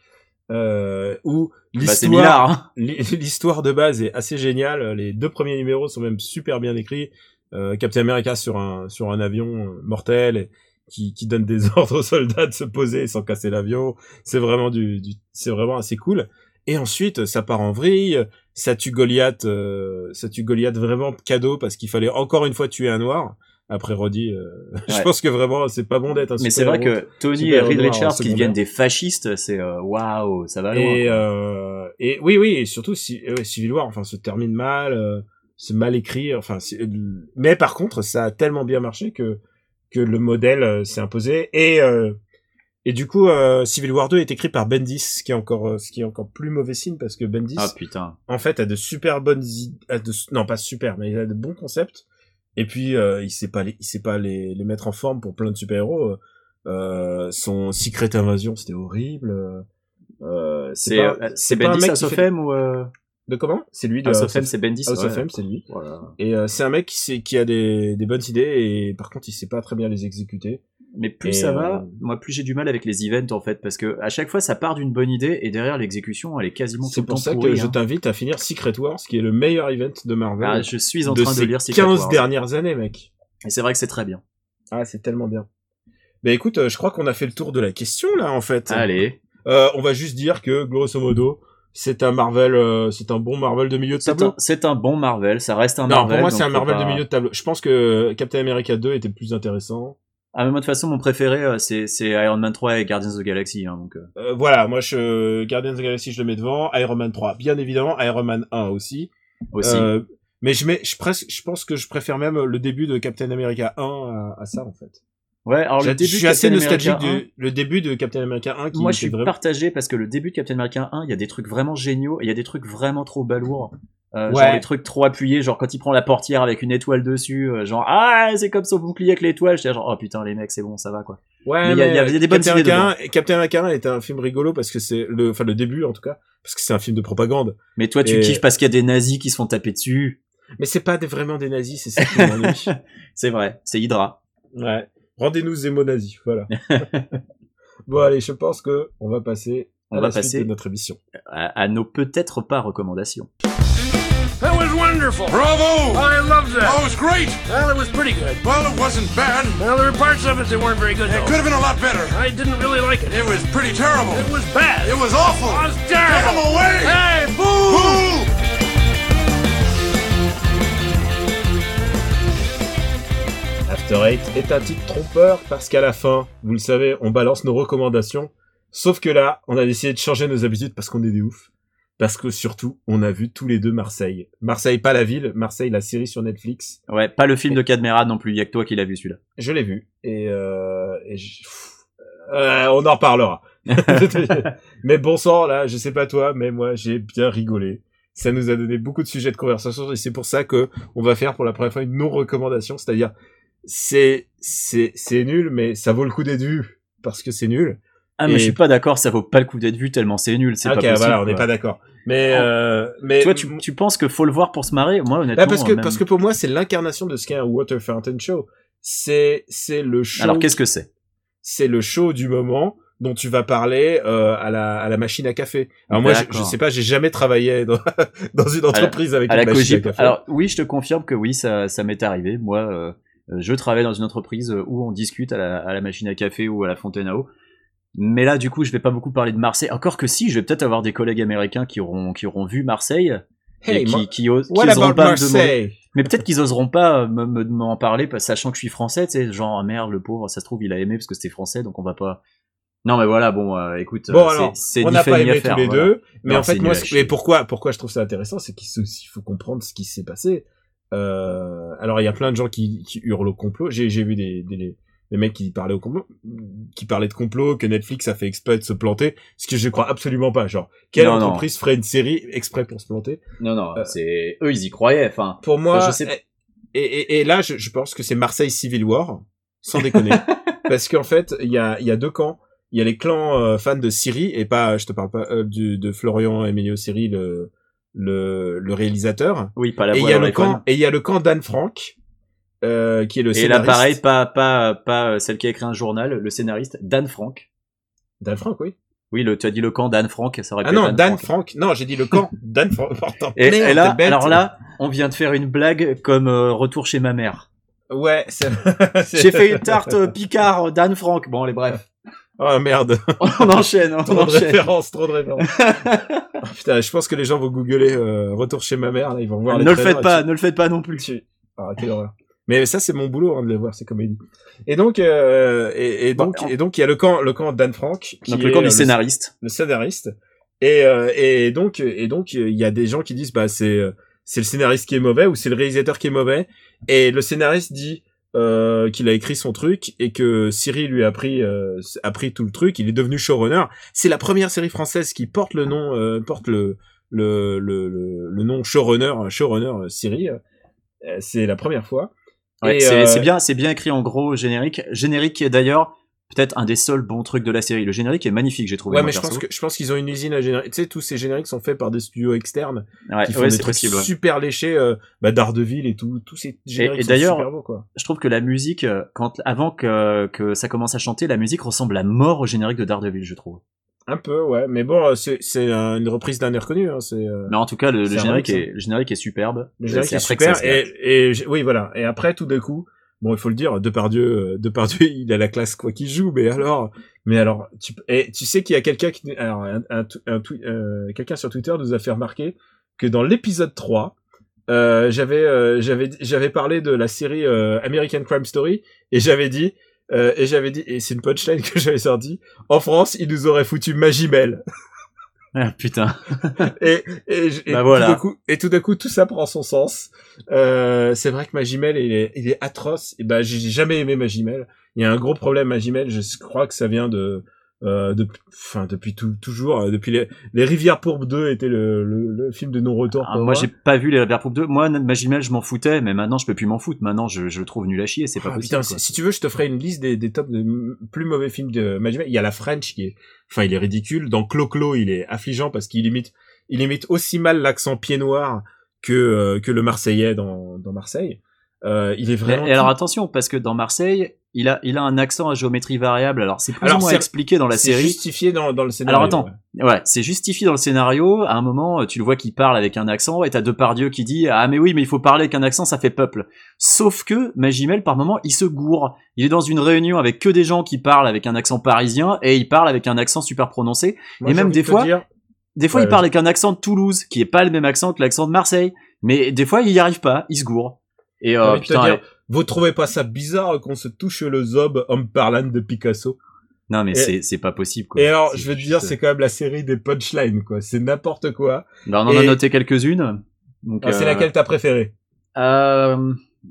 euh, où Bah, c'est l'histoire, Millard, hein. l'hi- l'histoire de base est assez géniale. Les deux premiers numéros sont même super bien écrits. Euh, Captain America sur un sur un avion euh, mortel et qui qui donne des ordres aux soldats de se poser sans casser l'avion. C'est vraiment du, du c'est vraiment assez cool. Et ensuite, ça part en vrille. Ça tue Goliath, euh, ça tue Goliath vraiment cadeau parce qu'il fallait encore une fois tuer un noir. Après Roddy, euh, je Ouais. pense que vraiment c'est pas bon d'être un Mais c'est vrai super-héros. que Tony et super Reed noir en Richards qui secondaire. deviennent des fascistes, c'est euh, waouh, ça va loin. Et, quoi. euh, et oui, oui, et surtout si, ouais, Civil War, enfin, se termine mal, euh, c'est mal écrit, enfin, c'est- mais par contre, ça a tellement bien marché que que le modèle euh, s'est imposé et euh, et du coup, euh, Civil War deux est écrit par Bendis, ce qui est encore euh, ce qui est encore plus mauvais signe parce que Bendis, Ah putain. en fait, a de super bonnes idées, a de, non pas super, mais il a de bons concepts. Et puis euh, il sait pas les, il sait pas les, les mettre en forme pour plein de super héros. Euh, son Secret Invasion, c'était horrible. Euh, C'est pas- euh, c'est pas un Bendis mec à qui fait- Sofem ou euh... De comment? C'est lui de House of M, c'est Bendis. House ouais. of M, c'est lui. Voilà. Et euh, c'est un mec qui, sait, qui a des, des bonnes idées et par contre il sait pas très bien les exécuter. Mais plus Et ça euh... va, moi plus j'ai du mal avec les events en fait, parce que à chaque fois ça part d'une bonne idée et derrière l'exécution elle est quasiment tout le temps C'est pour ça pourrie, que hein. je t'invite à finir Secret Wars, qui est le meilleur event de Marvel. Ah, je suis en de train de ces lire Secret quinze Wars. dernières années, mec. Et c'est vrai que c'est très bien. Ah, c'est tellement bien. Mais écoute, euh, je crois qu'on a fait le tour de la question là en fait. Allez. Euh, on va juste dire que grosso modo, c'est un Marvel, euh, c'est un bon Marvel de milieu de C'est tableau. un, c'est un bon Marvel, ça reste un Non, Marvel. pour moi c'est donc un Marvel faut pas- de milieu de tableau. Je pense que Captain America deux était plus intéressant. Ah mais moi de toute façon mon préféré euh, c'est, c'est Iron Man trois et Guardians of the Galaxy. Hein, donc, euh... Euh, voilà, moi je Guardians of the Galaxy je le mets devant, Iron Man trois, bien évidemment, Iron Man un aussi. aussi. Euh, mais je mets, je presque, je pense que je préfère même le début de Captain America un à, à ça en fait. Ouais, alors J'ai- le début je suis de assez Captain nostalgique America un, du le début de Captain America un qui moi je était suis vraiment... partagé parce que le début de Captain America un, il y a des trucs vraiment géniaux et il y a des trucs vraiment trop balourds. Euh, Ouais. Genre des trucs trop appuyés, genre quand il prend la portière avec une étoile dessus, euh, genre ah c'est comme son bouclier avec l'étoile, j'étais genre oh putain les mecs c'est bon ça va quoi. Ouais, Mais il y a- il y a des bonnes Captain idées America un- Captain America un était un film rigolo parce que c'est le, enfin le début en tout cas, parce que c'est un film de propagande. Mais toi tu Et- kiffes parce qu'il y a des nazis qui se font taper dessus. Mais c'est pas des, vraiment des nazis, c'est ça qui m'ennuie. C'est vrai, c'est Hydra. Ouais. Rendez-nous Zemo nazis, voilà. Bon allez, je pense que on va passer On à va la suite passer de notre émission. à, à nos peut-être pas recommandations. That was wonderful. Bravo! I loved that. Oh, it was great! Well, it was pretty good. Well, it wasn't bad. Well, there were parts of it that weren't very good, It though. could have been a lot better. I didn't really like it. It was pretty terrible. It was bad. It was awful. It was Get him terrible. away! Hey, boo! Boo! After Eight est un titre trompeur parce qu'à la fin, vous le savez, on balance nos recommandations. Sauf que là, on a décidé de changer nos habitudes parce qu'on est des oufs. Parce que surtout, on a vu tous les deux Marseille. Marseille, pas la ville, Marseille, la série sur Netflix. Ouais, pas le film de Cadmerade non plus, il y a que toi qui l'as vu celui-là. Je l'ai vu. Et, euh, et je- pff, euh, on en reparlera. Mais bon sang, là, je sais pas toi, mais moi, j'ai bien rigolé. Ça nous a donné beaucoup de sujets de conversation et c'est pour ça que on va faire pour la première fois une non-recommandation. C'est-à-dire, c'est, c'est, c'est nul, mais ça vaut le coup d'être vu parce que c'est nul. Ah mais Et- je suis pas d'accord, ça vaut pas le coup d'être vu tellement c'est nul, c'est Ok, pas possible. voilà, on n'est quoi. pas d'accord. Mais, Oh. euh, mais. Toi tu, tu penses que faut le voir pour se marrer? Moi honnêtement. Là, parce que, même- parce que pour moi, c'est l'incarnation de ce qu'est un Water Fountain Show. C'est, c'est le show. Alors qu'est-ce que c'est? C'est le show du moment dont tu vas parler euh, à la à la machine à café. Alors moi je, D'accord. je sais pas, j'ai jamais travaillé dans, dans une entreprise avec À une la machine à Cogip. café. Alors oui, je te confirme que oui, ça, ça m'est arrivé. Moi, euh, je travaille dans une entreprise où on discute à la, à la machine à café ou à la fontaine à eau. Mais là, du coup, je vais pas beaucoup parler de Marseille. Encore que si, je vais peut-être avoir des collègues américains qui auront, qui auront vu Marseille. Hey, et qui, moi- qui, osent, qui What oseront about pas me demander. Marseille? Mais peut-être qu'ils oseront pas me, me- m'en parler, parce- sachant que je suis français, tu sais, genre, ah, merde, le pauvre, ça se trouve, il a aimé parce que c'était français, donc on va pas... Non, mais voilà, bon, euh, écoute, Bon euh, alors, c'est, c'est on ni n'a fait pas ni à aimé faire, tous les voilà. deux, mais Non, en fait c'est moi, nul à ce- chier. et pourquoi pourquoi je trouve ça intéressant, c'est qu'il faut, il faut comprendre ce qui s'est passé. Euh, alors il y a plein de gens qui, qui hurlent au complot. J'ai j'ai vu des, des des mecs qui parlaient au complot, qui parlaient de complot, que Netflix a fait exprès de se planter, ce que je crois absolument pas. Genre, quelle Non, non. entreprise ferait une série exprès pour se planter? Non, non, Euh, c'est... Eux, ils y croyaient, enfin... Pour moi, Enfin, je sais- et, et, et là, je, je pense que c'est Marseille Civil War, sans déconner, parce qu'en fait, il y a, il y a deux camps. Il y a les clans euh, fans de Siri et pas, je te parle pas euh, du, de Florian Emilio Siri, le, le, le réalisateur. Oui, pas la Et il voix y a dans le l'iPhone. camp, et il y a le camp d'Anne Frank, euh, qui est le Et là, scénariste. pareil, pas, pas, pas euh, celle qui a écrit un journal, le scénariste, Dan Frank. d'Anne Frank, oui. Oui, le, tu as dit le camp Dan Frank, ça aurait pu Ah non, être Dan Frank. Frank. Non, j'ai dit le camp d'Anne Frank. Pardon. Et, Merde, et là, t'es bête. alors là, on vient de faire une blague comme euh, retour chez ma mère. Ouais, c'est, c'est- J'ai fait une tarte euh, Picard, euh, Dan Frank. Bon, allez, bref. Oh merde. On enchaîne, on Trop de enchaîne. références, trop de références. Oh, putain, je pense que les gens vont googler euh, retour chez ma mère, là, ils vont voir les Ne le trailers faites et pas, tu- ne le faites pas non plus. tu- Ah, quelle horreur. Mais ça, c'est mon boulot, hein, de les voir, ces comédies. Et donc, euh, et, et donc, Bon, et donc, il y a le camp, le camp d'Anne Frank, qui Donc est le camp euh, du scénariste. le scénariste. Et, euh, et donc, et donc, il y a des gens qui disent, bah, c'est, euh, c'est le scénariste qui est mauvais ou c'est le réalisateur qui est mauvais. Et le scénariste dit, euh, qu'il a écrit son truc et que Siri lui a pris, euh, a pris tout le truc. Il est devenu showrunner. C'est la première série française qui porte le nom, euh, porte le, le, le, le, le nom showrunner, showrunner euh, Siri. Euh, C'est la première fois. Ouais, Et, c'est, euh, c'est bien, c'est bien écrit en gros au générique. Générique qui est d'ailleurs peut-être un des seuls bons trucs de la série. Le générique est magnifique, j'ai trouvé. Ouais, moi, mais je perso. pense que je pense qu'ils ont une usine à générique. Tu sais, tous ces génériques sont faits par des studios externes ouais, qui font ouais, des c'est trucs possible. Ouais. super léchés, euh, bah Daredevil et tout, tous ces génériques Et, et sont d'ailleurs, super beaux, quoi. je trouve que la musique, euh, quand avant que que ça commence à chanter, la musique ressemble à mort au générique de Daredevil, je trouve. Un peu, ouais, mais bon, euh, c'est c'est euh, une reprise d'un air connu, hein, c'est. Euh... Mais en tout cas, le, le C'est un générique remix, est le générique est superbe. Le générique C'est est après que ça super se gâte. et, et j- oui voilà et après tout d'un coup bon il faut le dire Depardieu euh, Depardieu il a la classe quoi qu'il joue mais alors mais alors tu et tu sais qu'il y a quelqu'un qui alors un, un, un tweet- euh, quelqu'un sur Twitter nous a fait remarquer que dans l'épisode trois euh, j'avais euh, j'avais j'avais parlé de la série euh, American Crime Story et j'avais dit euh, et j'avais dit et c'est une punchline que j'avais sorti en France ils nous auraient foutu Magimel. Ah, putain. et et, et, Bah tout voilà. d'un coup et tout d'un coup tout ça prend son sens. Euh, c'est vrai que Magimel il est il est atroce et ben j'ai jamais aimé Magimel. Il y a un gros problème Magimel, je crois que ça vient de euh, de enfin depuis tout, toujours euh, depuis les les Rivières Pourpres deux était le, le le film de non-retour Ah, pour moi, moi. j'ai pas vu les Rivières Pourpres deux. Moi, Magimel, je m'en foutais, mais maintenant, je peux plus m'en foutre. Maintenant, je, je le trouve nul à chier, c'est pas Ah, possible. putain, quoi. si, si tu veux, je te ferai une liste des, des tops de m- plus mauvais films de Magimel. Il y a la French qui est, enfin, il est ridicule. Dans Clo-Clo, il est affligeant parce qu'il imite, il imite aussi mal l'accent pied noir que euh, que le Marseillais dans dans Marseille. Euh, il est vraiment. Et alors attention, parce que dans Marseille, il a, il a un accent à géométrie variable. Alors c'est plus Alors, ou moins c'est- expliqué dans la c'est série. justifié dans dans le scénario. Alors attends, ouais. ouais, c'est justifié dans le scénario. À un moment, tu le vois qui parle avec un accent, et t'as Depardieu qui dit ah mais oui, mais il faut parler avec un accent, ça fait peuple. Sauf que Magimel, par moment, il se gourre. Il est dans une réunion avec que des gens qui parlent avec un accent parisien, et il parle avec un accent super prononcé. Moi, et j'ai même envie des de te fois, dire- Des fois, Ouais, il parle avec un accent de Toulouse, qui est pas le même accent que l'accent de Marseille. Mais des fois, il y arrive pas, il se gourre. Et j'ai euh, envie de te putain, dire, vous trouvez pas ça bizarre qu'on se touche le zob en me parlant de Picasso? non mais et- c'est c'est pas possible quoi. Et alors, C'est je veux te juste- dire, c'est quand même la série des punchlines, quoi. C'est n'importe quoi. Bah, on en a et- noté quelques-unes. Donc, Ah, c'est euh, laquelle t'as préférée? euh,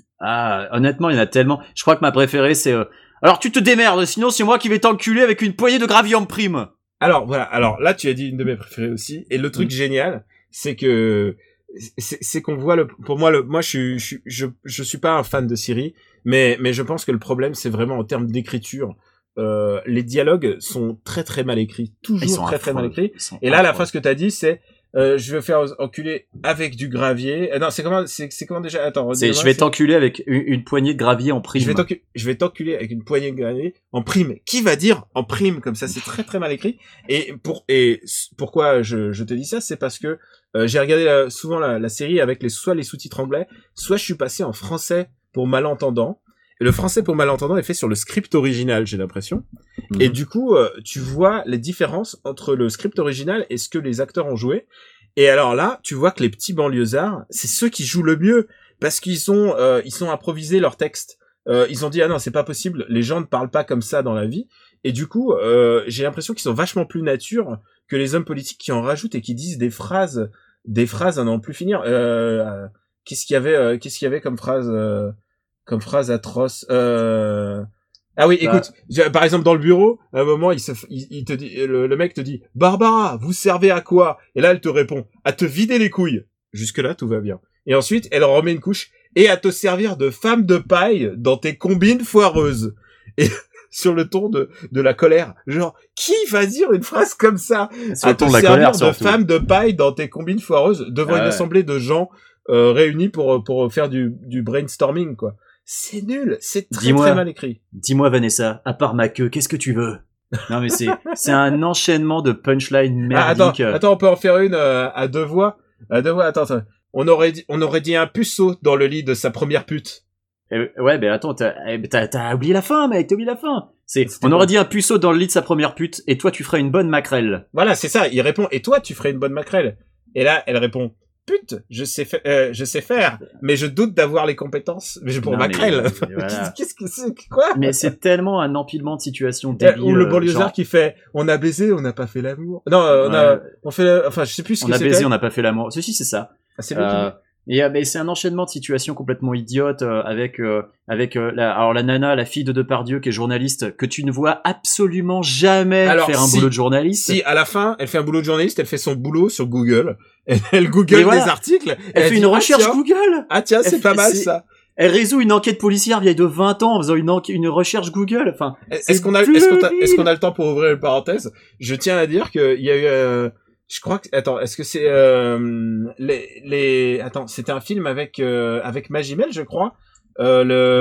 ah, honnêtement, il y en a tellement. Je crois que ma préférée c'est. euh, Alors tu te démerdes, sinon c'est moi qui vais t'enculer avec une poignée de gravier en prime. Alors voilà, alors là tu as dit une de mes préférées aussi. Et le truc Mm. génial, c'est que c'est, c'est qu'on voit le. Pour moi, le, moi je suis, je, suis- je, je suis pas un fan de Siri, mais mais je pense que le problème c'est vraiment en termes d'écriture. Euh, les dialogues sont très très mal écrits, Ils toujours sont très très affreux. mal écrits. Ils sont Et là, la affreux. phrase que t'as dit, c'est euh, je vais faire enculer avec du gravier. Euh, non, c'est comment, c'est, c'est comment déjà? Attends, C'est, redis-moi, je vais c'est- t'enculer avec une, une poignée de gravier en prime. Je vais t'enculer, je vais t'enculer avec une poignée de gravier en prime. Qui va dire en prime comme ça? C'est très très mal écrit. Et pour et s- pourquoi je, je te dis ça, c'est parce que euh, j'ai regardé la- souvent la, la série avec les soit les sous-titres anglais, soit je suis passé en français pour malentendant. Et le français pour malentendant est fait sur le script original, j'ai l'impression. Mhm. Et du coup, euh, tu vois les différences entre le script original et ce que les acteurs ont joué. Et alors là, tu vois que les petits banlieusards, c'est ceux qui jouent le mieux parce qu'ils ont euh, ils ont improvisé leur texte. Euh, ils ont dit ah non c'est pas possible, les gens ne parlent pas comme ça dans la vie. Et du coup, euh, j'ai l'impression qu'ils sont vachement plus nature que les hommes politiques qui en rajoutent et qui disent des phrases, des phrases à n'en plus finir. Euh, euh, qu'est-ce qu'il y avait, euh, qu'est-ce qu'il y avait comme phrase, euh, comme phrase atroce. Euh... Ah oui, Bah. écoute, j'ai- par exemple dans le bureau, à un moment, il, se, f- il, il te dit, le, le mec te dit, Barbara, vous servez à quoi? Et là, elle te répond, à te vider les couilles. Jusque là, tout va bien. Et ensuite, elle remet une couche et à te servir de femme de paille dans tes combines foireuses. Et sur le ton de, de la colère, genre, qui va dire une phrase comme ça? Sur À le ton te de la servir colère, de surtout. femme de paille dans tes combines foireuses devant Ah une ouais. assemblée de gens euh, réunis pour pour faire du, du brainstorming, quoi. C'est nul, c'est très Dis-moi. très mal écrit. Dis-moi Vanessa, à part ma queue, qu'est-ce que tu veux? Non mais c'est c'est un enchaînement de punchlines Ah, attends, merdiques. attends, on peut en faire une euh, à deux voix. À deux voix, attends, attends. On aurait dit, on aurait dit un puceau dans le lit de sa première pute. Eh, ouais, ben attends, t'as, eh, t'as, t'as oublié la fin, mec, t'as oublié la fin. C'est, C'était on bon. aurait dit un puceau dans le lit de sa première pute, et toi tu ferais une bonne maquerelle. Voilà, c'est ça. Il répond, et toi, tu ferais une bonne maquerelle. Et là, elle répond, pute, je sais, fa- euh, je sais faire, mais je doute d'avoir les compétences. Mais je pour Non, mais, maquerelle. euh, voilà. Qu'est-ce que c'est, quoi? Mais c'est tellement un empilement de situations Eh, débiles. Ou le euh, banlieusard genre, qui fait, on a baisé, on n'a pas fait l'amour. Non, euh, on a, Ouais. on fait, enfin, je sais plus ce on que a c'était. baisé, on n'a pas fait l'amour. Ceci, c'est ça. Ah, c'est lui qui Euh, et euh, mais c'est un enchaînement de situations complètement idiotes euh, avec euh, avec euh, la, alors la nana, la fille de Depardieu qui est journaliste, que tu ne vois absolument jamais Alors, faire un si. boulot de journaliste. Si, à la fin, elle fait un boulot de journaliste, elle fait son boulot sur Google. Elle, elle Google Mais des voilà. articles. Elle fait dit, une ah, recherche tiens, Google. Ah tiens, Elle c'est fait- pas mal c'est- ça. Elle résout une enquête policière vieille de vingt ans en faisant une, enquête, une recherche Google. Enfin, est-ce qu'on a, est-ce qu'on a, est-ce qu'on a le temps pour ouvrir une parenthèse? Je tiens à dire qu'il y a eu, euh, je crois que, attends, est-ce que c'est, euh, les, les, attends, c'était un film avec, euh, avec Magimel, je crois, euh,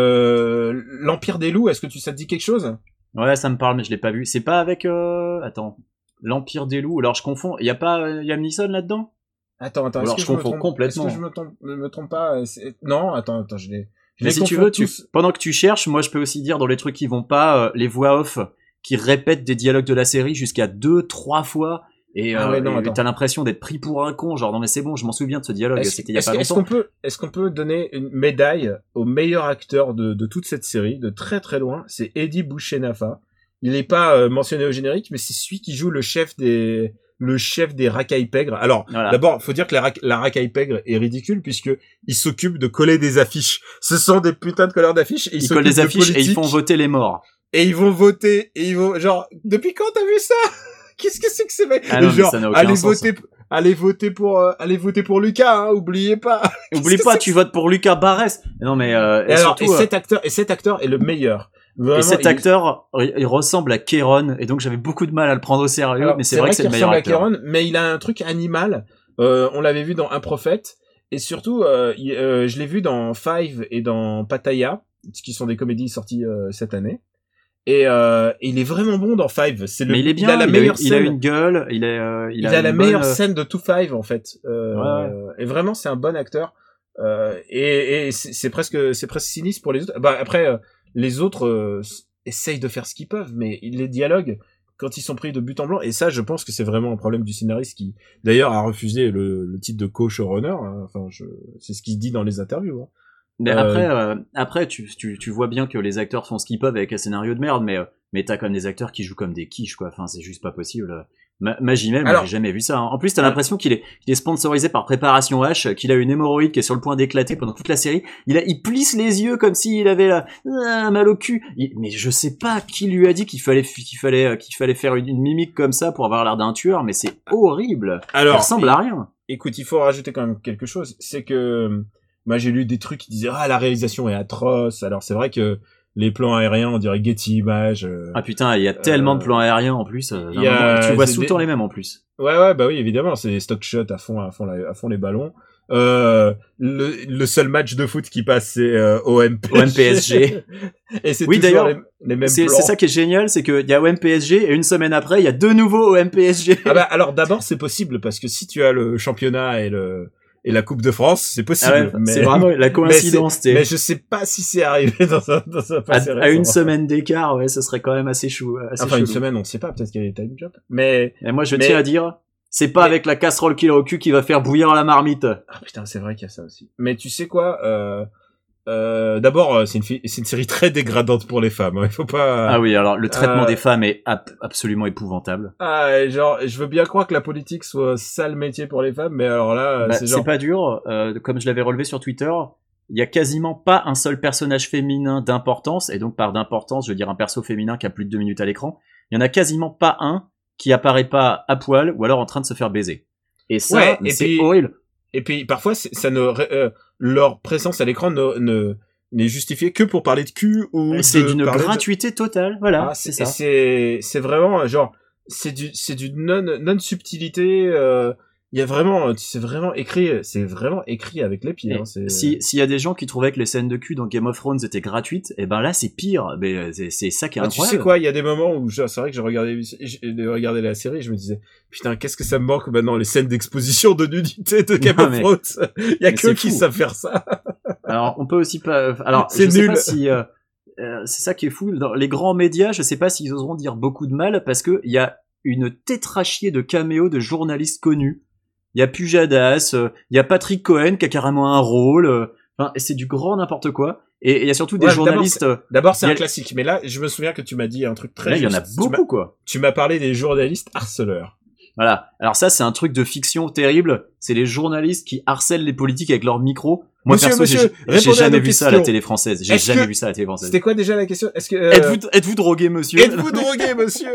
le, l'Empire des loups. Est-ce que tu, ça te dit quelque chose? Ouais, ça me parle, mais je l'ai pas vu. C'est pas avec, euh, attends, l'Empire des loups. Alors je confonds. Il y a pas euh, Liam Neeson là-dedans? Attends, attends, alors est-ce je que je confonds me trompe, complètement. Est-ce que je me trompe, me trompe pas? C'est... Non, attends, attends, je l'ai. Je mais les si tu veux, tu, tous. pendant que tu cherches, moi je peux aussi dire dans les trucs qui vont pas, euh, les voix off qui répètent des dialogues de la série jusqu'à deux, trois fois, et, Ah euh, ouais, non, et attends. t'as l'impression d'être pris pour un con. Genre non mais c'est bon, je m'en souviens de ce dialogue. Est-ce, C'était il y a est-ce, pas est-ce longtemps. qu'on peut, est-ce qu'on peut donner une médaille au meilleur acteur de, de toute cette série, de très très loin? C'est Eddie Bouchenafa. Il n'est pas euh, mentionné au générique, mais c'est celui qui joue le chef des, le chef des racailles pègres. Alors, Voilà. d'abord, faut dire que la, rac- la racaille pègre est ridicule puisque il s'occupe de coller des affiches. Ce sont des putains de colleurs d'affiches. Et ils Ils collent s'occupent des de affiches et ils politique, font voter les morts. et ils vont voter et ils vont genre depuis quand t'as vu ça? Qu'est-ce que c'est que c'est Ah non, mais genre ça n'a aucun allez sens. voter allez voter pour euh, allez voter pour Lucas, hein, oubliez pas. Oublie Qu'est-ce que pas, c'est tu votes pour Lucas Barres. Non mais euh, Et, et alors, surtout, et euh, cet acteur, et cet acteur est le meilleur. Vraiment, et cet il- acteur, il il ressemble à Kéron, et donc j'avais beaucoup de mal à le prendre au sérieux, alors, mais c'est vrai que c'est qu'il le meilleur ressemble à acteur. Kéron, mais il a un truc animal. Euh, on l'avait vu dans Un Prophète, et surtout, euh, il- euh, je l'ai vu dans Five et dans Pattaya, qui sont des comédies sorties euh, cette année. Et, euh, et il est vraiment bon dans Five. C'est le, Mais il est bien, il a la il, a, meilleure il a scène. une gueule, il, est, euh, il, Il, a, a, une la bonne, meilleure euh, scène de Two Five en fait. Euh, Ouais. Et vraiment, c'est un bon acteur. Euh, et et c'est, c'est presque, c'est presque sinistre pour les autres. Bah après, euh, les autres euh, essayent de faire ce qu'ils peuvent, mais les dialogues, quand ils sont pris de but en blanc, et ça, je pense que c'est vraiment un problème du scénariste qui, d'ailleurs, a refusé le, le titre de co-showrunner. Hein. Enfin, je, c'est ce qu'il dit dans les interviews. Hein. Mais Euh, après, euh, après tu, tu, tu vois bien que les acteurs font ce qu'ils peuvent avec un scénario de merde, mais, euh, mais t'as quand même des acteurs qui jouent comme des quiches, quoi. Enfin, c'est juste pas possible. Ma- Magimel, moi, Alors- j'ai jamais vu ça. Hein. En plus, t'as l'impression qu'il est, qu'il est sponsorisé par Préparation H, qu'il a une hémorroïde qui est sur le point d'éclater pendant toute la série. Il a, il plisse les yeux comme s'il avait la, ah, mal au cul. Il- mais je sais pas qui lui a dit qu'il fallait, qu'il fallait, qu'il fallait faire une, une mimique comme ça pour avoir l'air d'un tueur, mais c'est horrible. Alors, il ressemble à rien. écoute, il faut rajouter quand même quelque chose. C'est que, moi, j'ai lu des trucs qui disaient, ah, la réalisation est atroce. Alors, c'est vrai que les plans aériens, on dirait Getty Images. euh, Ah putain, il y a tellement de plans aériens en plus. euh, il y a- tu vois c'est tout le des- temps les mêmes en plus. Ouais, ouais, bah oui, évidemment, c'est des stock shots à fond, à fond, la- à fond les ballons. Euh, le, le seul match de foot qui passe, c'est euh, O M P G. O M P S G. Et c'est Oui, toujours d'ailleurs, les, les mêmes C'est plans. c'est ça qui est génial, c'est qu'il y a O M P S G et une semaine après, il y a de nouveau O M P S G. Ah bah, alors d'abord, c'est possible, parce que si tu as le championnat et le, et la Coupe de France, c'est possible. Ah ouais, mais, c'est vraiment la coïncidence. mais, c'est- t'es- mais je sais pas si c'est arrivé dans un, dans un à, passé à une récent. semaine d'écart, ouais, ce serait quand même assez chou. Assez Enfin, une chelou. semaine, on ne sait pas, peut-être qu'il y a des time jobs. Mais, Et moi, je mais- tiens à dire, c'est pas mais- avec la casserole qu'il a au cul qui va faire bouillir la marmite. ah putain, c'est vrai qu'il y a ça aussi. Mais tu sais quoi, euh, euh, d'abord, euh, c'est une, fi- c'est une série très dégradante pour les femmes. hein. Il faut pas. Ah oui, alors le traitement Euh, des femmes est ap- absolument épouvantable. Ah, et genre, je veux bien croire que la politique soit un sale métier pour les femmes, mais alors là, Bah, c'est c'est genre. pas dur, euh, comme je l'avais relevé sur Twitter, il y a quasiment pas un seul personnage féminin d'importance, et donc par d'importance, je veux dire un perso féminin qui a plus de deux minutes à l'écran, il y en a quasiment pas un qui apparaît pas à poil ou alors en train de se faire baiser. Et ça, Ouais, mais et c'est puis- horrible. Et puis parfois, c'est- ça ne, euh, leur présence à l'écran ne, ne n'est justifiée que pour parler de cul ou. C'est de d'une parler de- gratuité totale, voilà, Ah, c'est c'est ça. c'est c'est vraiment genre c'est du c'est du non non subtilité. euh, Il y a vraiment c'est vraiment écrit c'est vraiment écrit avec les pieds. Et Hein, c'est- si s'il y a des gens qui trouvaient que les scènes de cul dans Game of Thrones étaient gratuites, et ben là c'est pire. Mais c'est c'est ça qui est Ah, tu incroyable. sais quoi, il y a des moments où je- c'est vrai que je regardais je regardais la série, et je me disais putain qu'est-ce que ça me manque maintenant les scènes d'exposition de nudité de Game Non, of mais- Thrones. Il y a mais que c'est qui fou. savent faire ça. Alors on peut aussi pas. Alors C'est je sais nul. pas si euh, euh, c'est ça qui est fou. Dans les grands médias, je sais pas s'ils oseront dire beaucoup de mal parce que il y a une tétrachier de caméos de journalistes connus. Il y a Pujadas, euh, il y a Patrick Cohen qui a carrément un rôle. euh, Enfin, c'est du grand n'importe quoi. Et il y a surtout des Ouais, d'abord, journalistes. euh, D'abord c'est Il y un a- classique, mais là je me souviens que tu m'as dit un truc très Là, il y en a juste. Tu m'as- beaucoup quoi. Tu m'as parlé des journalistes harceleurs. Voilà. Alors ça, c'est un truc de fiction terrible. C'est les journalistes qui harcèlent les politiques avec leur micro. Moi, Monsieur, perso, monsieur, j'ai- j'ai répondez à jamais nos vu ça à la questions. télé française. J'ai Est-ce jamais que- vu ça à la télé française. C'était quoi déjà la question? Est-ce que euh, Êtes-vous, êtes-vous drogué, monsieur? êtes-vous drogué, monsieur?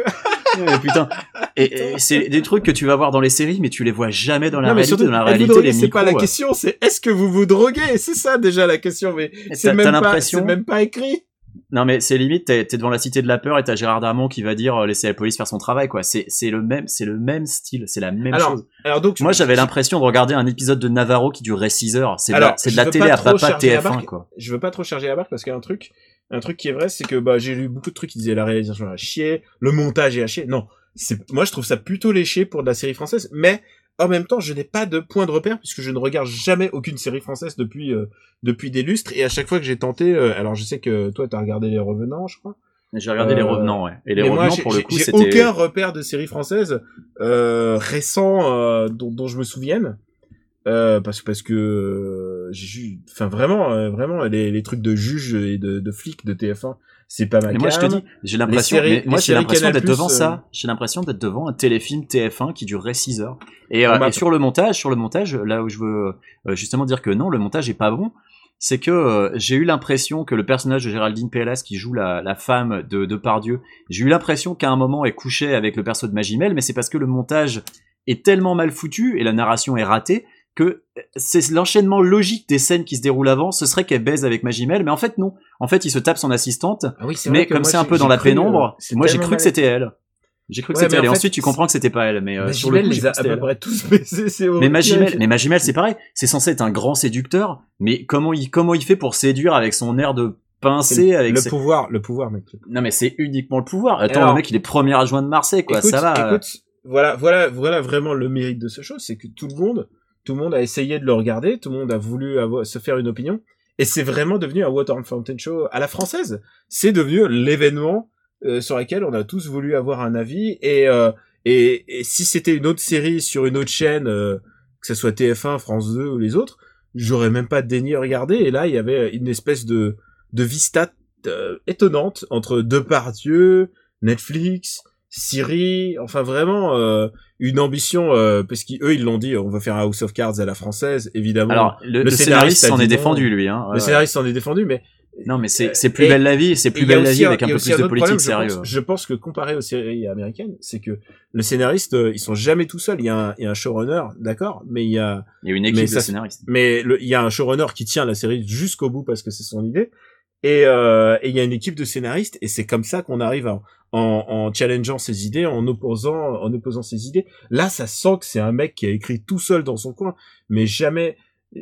Mais putain, et, et c'est des trucs que tu vas voir dans les séries, mais tu les vois jamais dans la Non, mais réalité. surtout, Dans la vous réalité, droguez, les c'est micros. pas la euh, question, c'est est-ce que vous vous droguez? C'est ça déjà la question, mais c'est t'as- même t'as pas, l'impression- c'est même pas écrit. Non, mais c'est limite, t'es, t'es devant la cité de la peur et t'as Gérard Darmon qui va dire euh, laissez la police faire son travail, quoi. C'est, c'est le même, c'est le même style, c'est la même Alors, chose. alors donc, Moi, je- j'avais je- l'impression de regarder un épisode de Navarro qui durerait six heures. C'est de Alors, la, c'est de je la veux télé pas à trop papa charger T la F un, barque. quoi. Je veux pas trop charger la barque parce qu'il y a un truc, un truc qui est vrai, c'est que bah j'ai lu beaucoup de trucs qui disaient la réalisation est à chier, le montage est à chier. Non, c'est moi je trouve ça plutôt léché pour de la série française, mais en même temps je n'ai pas de point de repère puisque je ne regarde jamais aucune série française depuis euh, depuis des lustres et à chaque fois que j'ai tenté, euh, alors je sais que toi t'as regardé Les Revenants, je crois. J'ai regardé Les Euh, Revenants, ouais. Et Les Mais moi, Revenants, j'ai- pour le j'ai- coup, j'ai c'était... aucun repère de série française euh, récent euh, dont, dont je me souvienne. Euh, parce, parce que euh, j'ai ju- enfin vraiment euh, vraiment les, les trucs de juges et de, de flics de T F un c'est pas ma Mais moi, je te came. dis, j'ai l'impression, séries- mais moi, les j'ai séries l'impression Canal+, d'être devant euh, ça. J'ai l'impression d'être devant un téléfilm T F un qui durerait six heures. Et, On euh, m'a- et sur le montage, sur le montage, là où je veux euh, justement dire que non, le montage est pas bon, c'est que euh, j'ai eu l'impression que le personnage de Géraldine P L S qui joue la, la femme de, de Pardieu, j'ai eu l'impression qu'à un moment elle couchait avec le perso de Magimel, mais c'est parce que le montage est tellement mal foutu et la narration est ratée que c'est l'enchaînement logique des scènes qui se déroulent avant, ce serait qu'elle baise avec Magimel, mais en fait non. En fait, il se tape son assistante, Ah oui, c'est mais vrai que comme moi, c'est un j'ai- peu dans j'ai la cru, pénombre, euh, c'est moi j'ai tellement cru que mal- c'était elle. J'ai cru que Ouais, c'était mais elle. Et en fait, ensuite tu comprends que c'était pas elle, mais euh, sur le Magimel coup, j'ai les cru a que à c'était peu elle. près tous baisés, c'est Mais horrible. Magimel, mais Magimel, c'est pareil. C'est censé être un grand séducteur, mais comment il, comment il fait pour séduire avec son air de pincé, avec le ses... pouvoir, le pouvoir, mec. Non, mais c'est uniquement le pouvoir. Attends, Alors, le mec, il est premier adjoint de Marseille, quoi. écoute, ça va. euh. écoute, voilà, voilà, voilà vraiment le mérite de ce show, c'est que tout le monde, tout le monde a essayé de le regarder, tout le monde a voulu avoir, se faire une opinion, et c'est vraiment devenu un Water and Fountain Show à la française. C'est devenu l'événement euh, sur lequel on a tous voulu avoir un avis, et euh, et, et si c'était une autre série sur une autre chaîne, euh, que ce soit T F un, France deux ou les autres, j'aurais même pas daigné regarder, et là il y avait une espèce de de vista euh, étonnante entre Depardieu, Netflix, Siri, enfin vraiment euh, une ambition euh, parce qu'eux ils l'ont dit, on va faire un House of Cards à la française, évidemment. Alors, le, le le scénariste scénariste a s'en dit est non. défendu, lui, hein. Ouais, le ouais. scénariste s'en est défendu, mais Non, mais c'est, Euh, c'est plus et- belle la vie, c'est plus il y a belle la aussi vie un- avec un il y a peu aussi plus de autre politique, problème, je sérieux. pense, je pense que comparé aux séries américaines, c'est que le scénariste, euh, ils sont jamais tout seuls. Il y a un, il y a un showrunner, d'accord, mais il y a, Il y a une mais équipe ça de se- scénaristes. mais le- il y a un showrunner qui tient la série jusqu'au bout parce que c'est son idée. Et, euh, et il y a une équipe de scénaristes et c'est comme ça qu'on arrive à- en, en challengeant ses idées, en opposant, en opposant ses idées. Là, ça sent que c'est un mec qui a écrit tout seul dans son coin, mais jamais.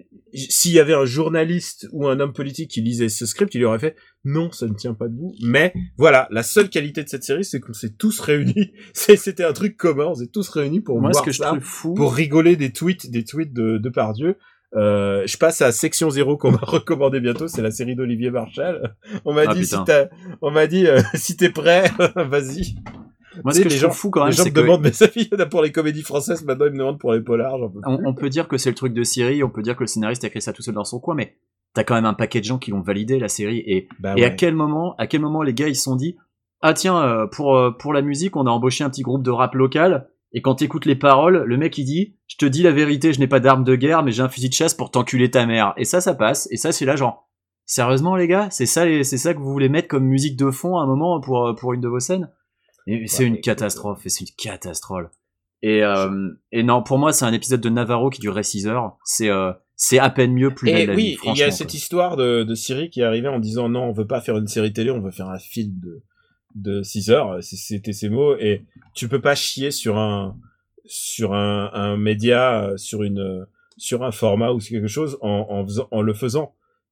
S'il y avait un journaliste ou un homme politique qui lisait ce script, il aurait fait non, ça ne tient pas debout. Mais voilà, la seule qualité de cette série, c'est qu'on s'est tous réunis. C'est- C'était un truc commun, on s'est tous réunis pour Moi, ce voir que je ça, trouve fou, pour rigoler des tweets, des tweets de, de Pardieu. Euh, je passe à Section Zéro qu'on m'a recommandé bientôt, c'est la série d'Olivier Marchal. On m'a Ah, dit putain. si t'as, on m'a dit euh, si t'es prêt, vas-y. moi, Tu ce sais, que les je gens- trouve fou quand même, Les gens c'est me que demandent mes avis pour les comédies françaises, maintenant ils me demandent pour les polars. J'en peux plus. on, on peut dire que c'est le truc de Siri, on peut dire que le scénariste a écrit ça tout seul dans son coin, mais t'as quand même un paquet de gens qui l'ont validé, la série, et, Bah et à ouais. quel moment, à quel moment les gars, ils se sont dit, ah tiens, euh, pour, euh, pour la musique, on a embauché un petit groupe de rap local, et quand t'écoutes les paroles, le mec il dit, je te dis la vérité, je n'ai pas d'arme de guerre, mais j'ai un fusil de chasse pour t'enculer ta mère. Et ça, ça passe, et ça, c'est là genre, sérieusement les gars, c'est ça, les, c'est ça que vous voulez mettre comme musique de fond à un moment pour, pour une de vos scènes? Et c'est Ouais, une écoute, catastrophe, et c'est une catastrophe. Et, euh, et non, pour moi, c'est un épisode de Navarro qui durerait six heures. C'est, euh, c'est à peine mieux, plus belle Et la oui, vie, il y franchement. a cette quoi. histoire de, de Siri qui est arrivée en disant non, on veut pas faire une série télé, on veut faire un film de de six heures. C- C'était ses mots. Et tu peux pas chier sur un sur un, un média, euh, sur une sur un format ou sur quelque chose en en, faisant, en le faisant.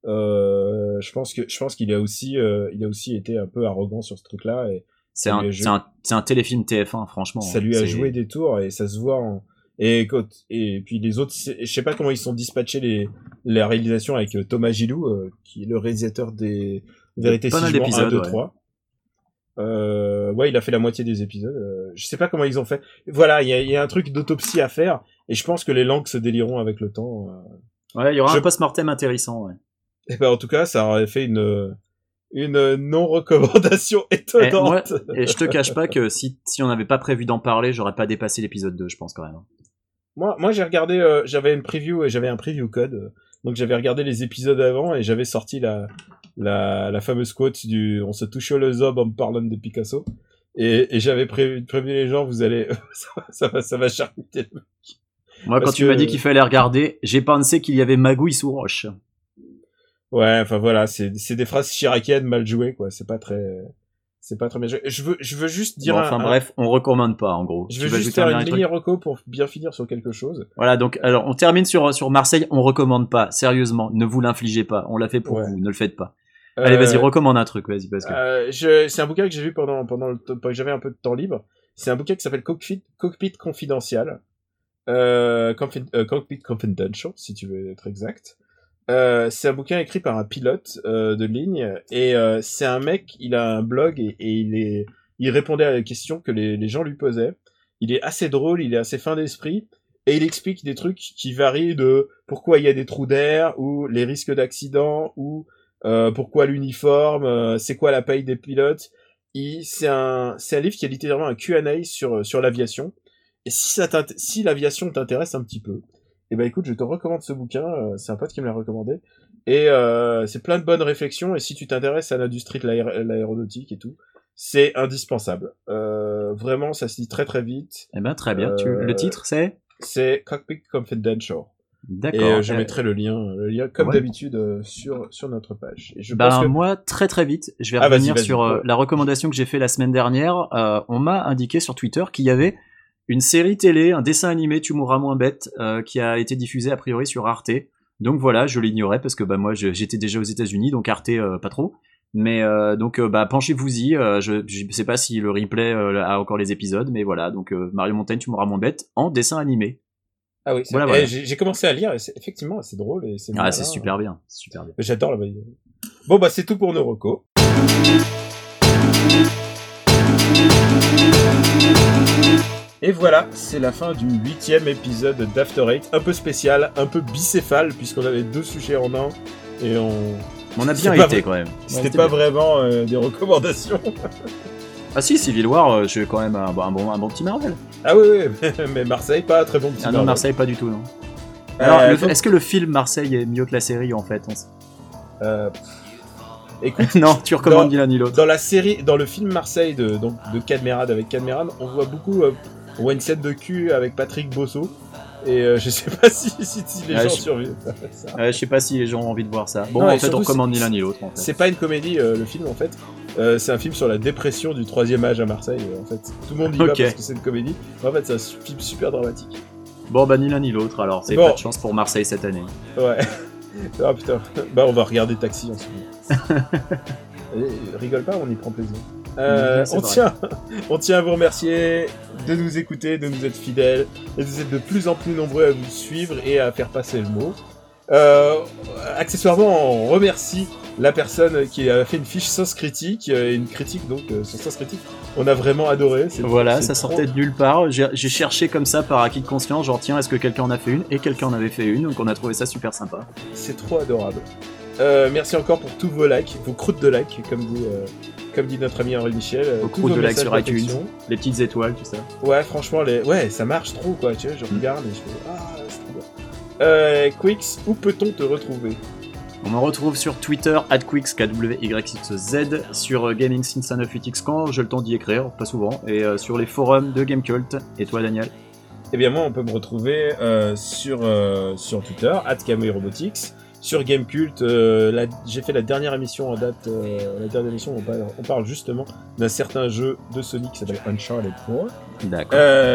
Euh, je pense que je pense qu'il a aussi euh, il a aussi été un peu arrogant sur ce truc-là et C'est ça un, lui a c'est joué- un, c'est un téléfilm T F un, franchement. ça lui a C'est- joué des tours et ça se voit en... et écoute, et puis les autres c'est- je sais pas comment ils sont dispatchés les la réalisation avec euh, Thomas Gilou euh, qui est le réalisateur des Vérités Pas mal Sigement un, d'épisodes, deux, ouais. trois. Euh, ouais, il a fait la moitié des épisodes. Euh, je sais pas comment ils ont fait. Voilà, il y a, il y a un truc d'autopsie à faire et je pense que les langues se délieront avec le temps. Euh. Ouais, il y aura Je- un post-mortem intéressant, ouais. Et ben en tout cas, ça aurait fait une une non recommandation Eh, moi, étonnante. et je te cache pas que si, si on n'avait pas prévu d'en parler, j'aurais pas dépassé l'épisode deux, je pense quand même. Moi, moi, j'ai regardé, euh, j'avais une preview et j'avais un preview code, euh, donc j'avais regardé les épisodes avant et j'avais sorti la, la, la fameuse quote du, on se touche le zob en parlant de Picasso. Et, et j'avais prévu, prévenu les gens, vous allez, ça va, ça va, ça va charcuter. Moi, quand Parce tu que- m'as dit qu'il fallait regarder, j'ai pensé qu'il y avait Magouille sous roche. Ouais, enfin voilà, c'est, c'est des phrases chiraciennes mal jouées, quoi. C'est pas très, c'est pas très bien joué. Je veux, je veux juste dire Bon, un- enfin un- bref, on recommande pas, en gros. je Tu veux vas juste ajouter un faire dernier une truc mini reco pour bien finir sur quelque chose. Voilà, donc alors on termine sur sur Marseille, on recommande pas, sérieusement, ne vous l'infligez pas, on l'a fait pour Ouais. vous, ne le faites pas. Allez, vas-y, Euh, recommande un truc, vas-y, parce que... Euh, je, c'est un bouquin que j'ai lu pendant, pendant le temps, que j'avais un peu de temps libre. C'est un bouquin qui s'appelle Cockpit, Cockpit Confidential. Euh, Confi- euh, Cockpit Confidential, si tu veux être exact. Euh, c'est un bouquin écrit par un pilote, euh, de ligne. Et, euh, c'est un mec, il a un blog et, et il est, il répondait à la question que les, les gens lui posaient. Il est assez drôle, il est assez fin d'esprit. Et il explique des trucs qui varient de pourquoi il y a des trous d'air, ou les risques d'accident, ou Euh, pourquoi l'uniforme, euh, c'est quoi la paye des pilotes. Il, c'est un, c'est un livre qui est littéralement un Q and A sur sur l'aviation. Et si ça t'int- si l'aviation t'intéresse un petit peu, eh ben écoute, je te recommande ce bouquin. euh, c'est un pote qui me l'a recommandé. Et euh, c'est plein de bonnes réflexions. Et si tu t'intéresses à l'industrie de l'aéro- l'aéronautique et tout, c'est indispensable. Euh, vraiment, ça se lit très très vite. Eh ben, très bien. euh, Tu... Le titre, c'est C'est Cockpit Confidential. D'accord. Et euh, je Euh, mettrai le lien, le lien comme ouais. d'habitude euh, sur sur notre page. Et je Ben, pense que moi, très très vite, je vais Ah, vas-y, revenir vas-y. sur euh, la recommandation que j'ai fait la semaine dernière. Euh, on m'a indiqué sur Twitter qu'il y avait une série télé, un dessin animé, Tu mourras moins bête, euh, qui a été diffusé a priori sur Arte. Donc voilà, je l'ignorais parce que bah moi je- j'étais déjà aux États-Unis, donc Arte euh, pas trop. Mais euh, donc euh, bah penchez-vous-y. euh, je, je sais pas si le replay euh, a encore les épisodes, mais voilà. Donc euh, Mario Montaigne, Tu mourras moins bête en dessin animé. Ah oui, c'est Voilà, vrai. voilà. Eh, j'ai, j'ai commencé à lire et c'est effectivement c'est drôle et c'est Ah, malin. c'est super bien, c'est super bien. J'adore la baille. Bon bah c'est tout pour nos recos. Et voilà, c'est la fin du huitième épisode d'After Eight, un peu spécial, un peu bicéphale puisqu'on avait deux sujets en un et on On a C'est bien pas été vrai. quand même. c'était Ouais, pas bien. vraiment euh, des recommandations. Ah si, Civil War, euh, j'ai quand même un, un bon un bon petit Marvel. Ah oui oui, mais Marseille pas un très bon petit. Ah non, Marvel. Marseille pas du tout non. Euh, Alors, le- donc- est-ce que le film Marseille est mieux que la série en fait? On sait- Euh, pff, écoute, Non, tu recommandes Dans- ni l'un ni l'autre. dans la série, dans le film Marseille de donc de Cadmerade avec Cadmerade, on voit beaucoup, euh, on voit une scène de cul avec Patrick Bosso. Et euh, je sais pas si, si, si les Ouais, gens je- survivent. Ça. Euh, je sais pas si les gens ont envie de voir ça. Bon, Non, en et fait, on surtout, recommande ni c'est- l'un ni l'autre en fait. C'est pas une comédie, euh, le film en fait. Euh, c'est un film sur la dépression du troisième âge à Marseille. euh, en fait, tout le monde y va Ok. parce que c'est une comédie. Mais en fait, c'est un film super dramatique. Bon, bah ni l'un ni l'autre alors. C'est Bon. pas de chance pour Marseille cette année. Ouais. Ah putain. Bah on va regarder Taxi en ce moment. Et, rigole pas, on y prend plaisir. Euh, Mhm, c'est on vrai. tient, on tient à vous remercier de nous écouter, de nous être fidèles, et vous êtes de plus en plus nombreux à vous suivre et à faire passer le mot. Euh, accessoirement, on remercie la personne qui a fait une fiche Sens Critique, euh, une critique donc euh, sur Sens Critique. On a vraiment adoré. c'est- Voilà, c'est ça trop- sortait de nulle part. J'ai j'ai cherché comme ça par acquis de conscience, genre tiens, est-ce que quelqu'un en a fait une? Et quelqu'un en avait fait une, donc on a trouvé ça super sympa. C'est trop adorable. Euh, merci encore pour tous vos likes, vos croûtes de likes, comme dit, euh, comme dit notre ami Henri Michel. euh, Vos tous croûtes vos de likes messages sur iTunes. d'affection. Les petites étoiles, tout ça. Ouais, franchement, les... ouais, ça marche trop, quoi. Tu vois, je regarde et je fais ah, c'est trop bien. Euh, Quix, où peut-on te retrouver? On me retrouve sur Twitter, at Quix, K W Y X Z, sur euh, Gaming Since un neuf huit X quand j'ai le temps d'y écrire, pas souvent, et euh, sur les forums de Gamecult. Et toi, Daniel? Eh bien, moi, on peut me retrouver euh, sur, euh, sur Twitter, at Kamui Robotics. Sur Gamecult, euh, la- j'ai fait la dernière émission en date. Euh, la dernière émission, on parle, on parle justement d'un certain jeu de Sony qui s'appelle Uncharted quatre. D'accord.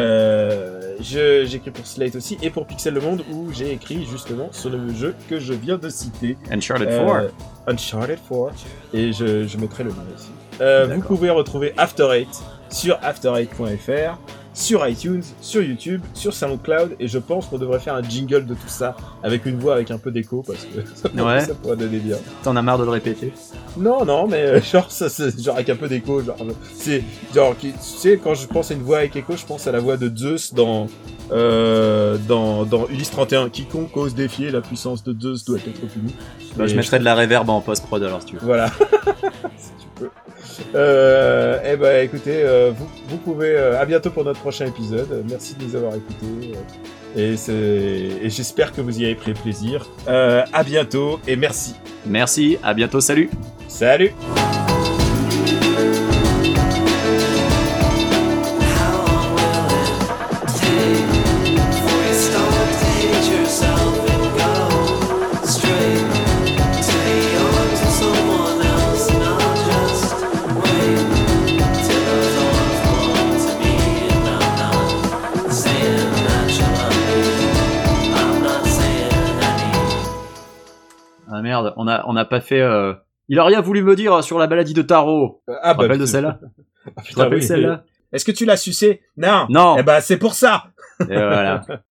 Euh, je- j'écris pour Slate aussi et pour Pixel Le Monde où j'ai écrit justement sur le jeu que je viens de citer. Uncharted Euh, quatre. Uncharted quatre. Et je, je mettrai le lien aussi. Euh, vous D'accord. pouvez retrouver After Eight sur after eight point f r, sur iTunes, sur YouTube, sur SoundCloud. Et je pense qu'on devrait faire un jingle de tout ça avec une voix avec un peu d'écho parce que ça, pourrait- Ouais. ça pourrait donner bien. T'en as marre de le répéter? Non, non, mais euh, genre, ça, c'est genre avec un peu d'écho. Genre, euh, c'est genre, qui, tu sais, quand je pense à une voix avec écho, je pense à la voix de Zeus dans, euh, dans, dans Ulysse trente et un. Quiconque ose défier la puissance de Zeus doit être puni. Bah, je Et mettrai de la reverb en post-prod alors si tu veux. Voilà. Si tu peux. Euh, eh ben, écoutez, euh, vous, vous pouvez. Euh, à bientôt pour notre prochain épisode. Euh, Merci de nous avoir écoutés. euh, et, c'est- et j'espère que vous y avez pris plaisir. Euh, à bientôt et merci. Merci, à bientôt, salut! Salut! Ah merde, on a, on a pas fait. Euh... Il a rien voulu me dire sur la maladie de Taro. Ah Tu te rappelles de celle-là Ah, Tu te rappelles oui. celle-là Est-ce que tu l'as sucé? Non. Non. Eh ben, c'est pour ça. Et voilà.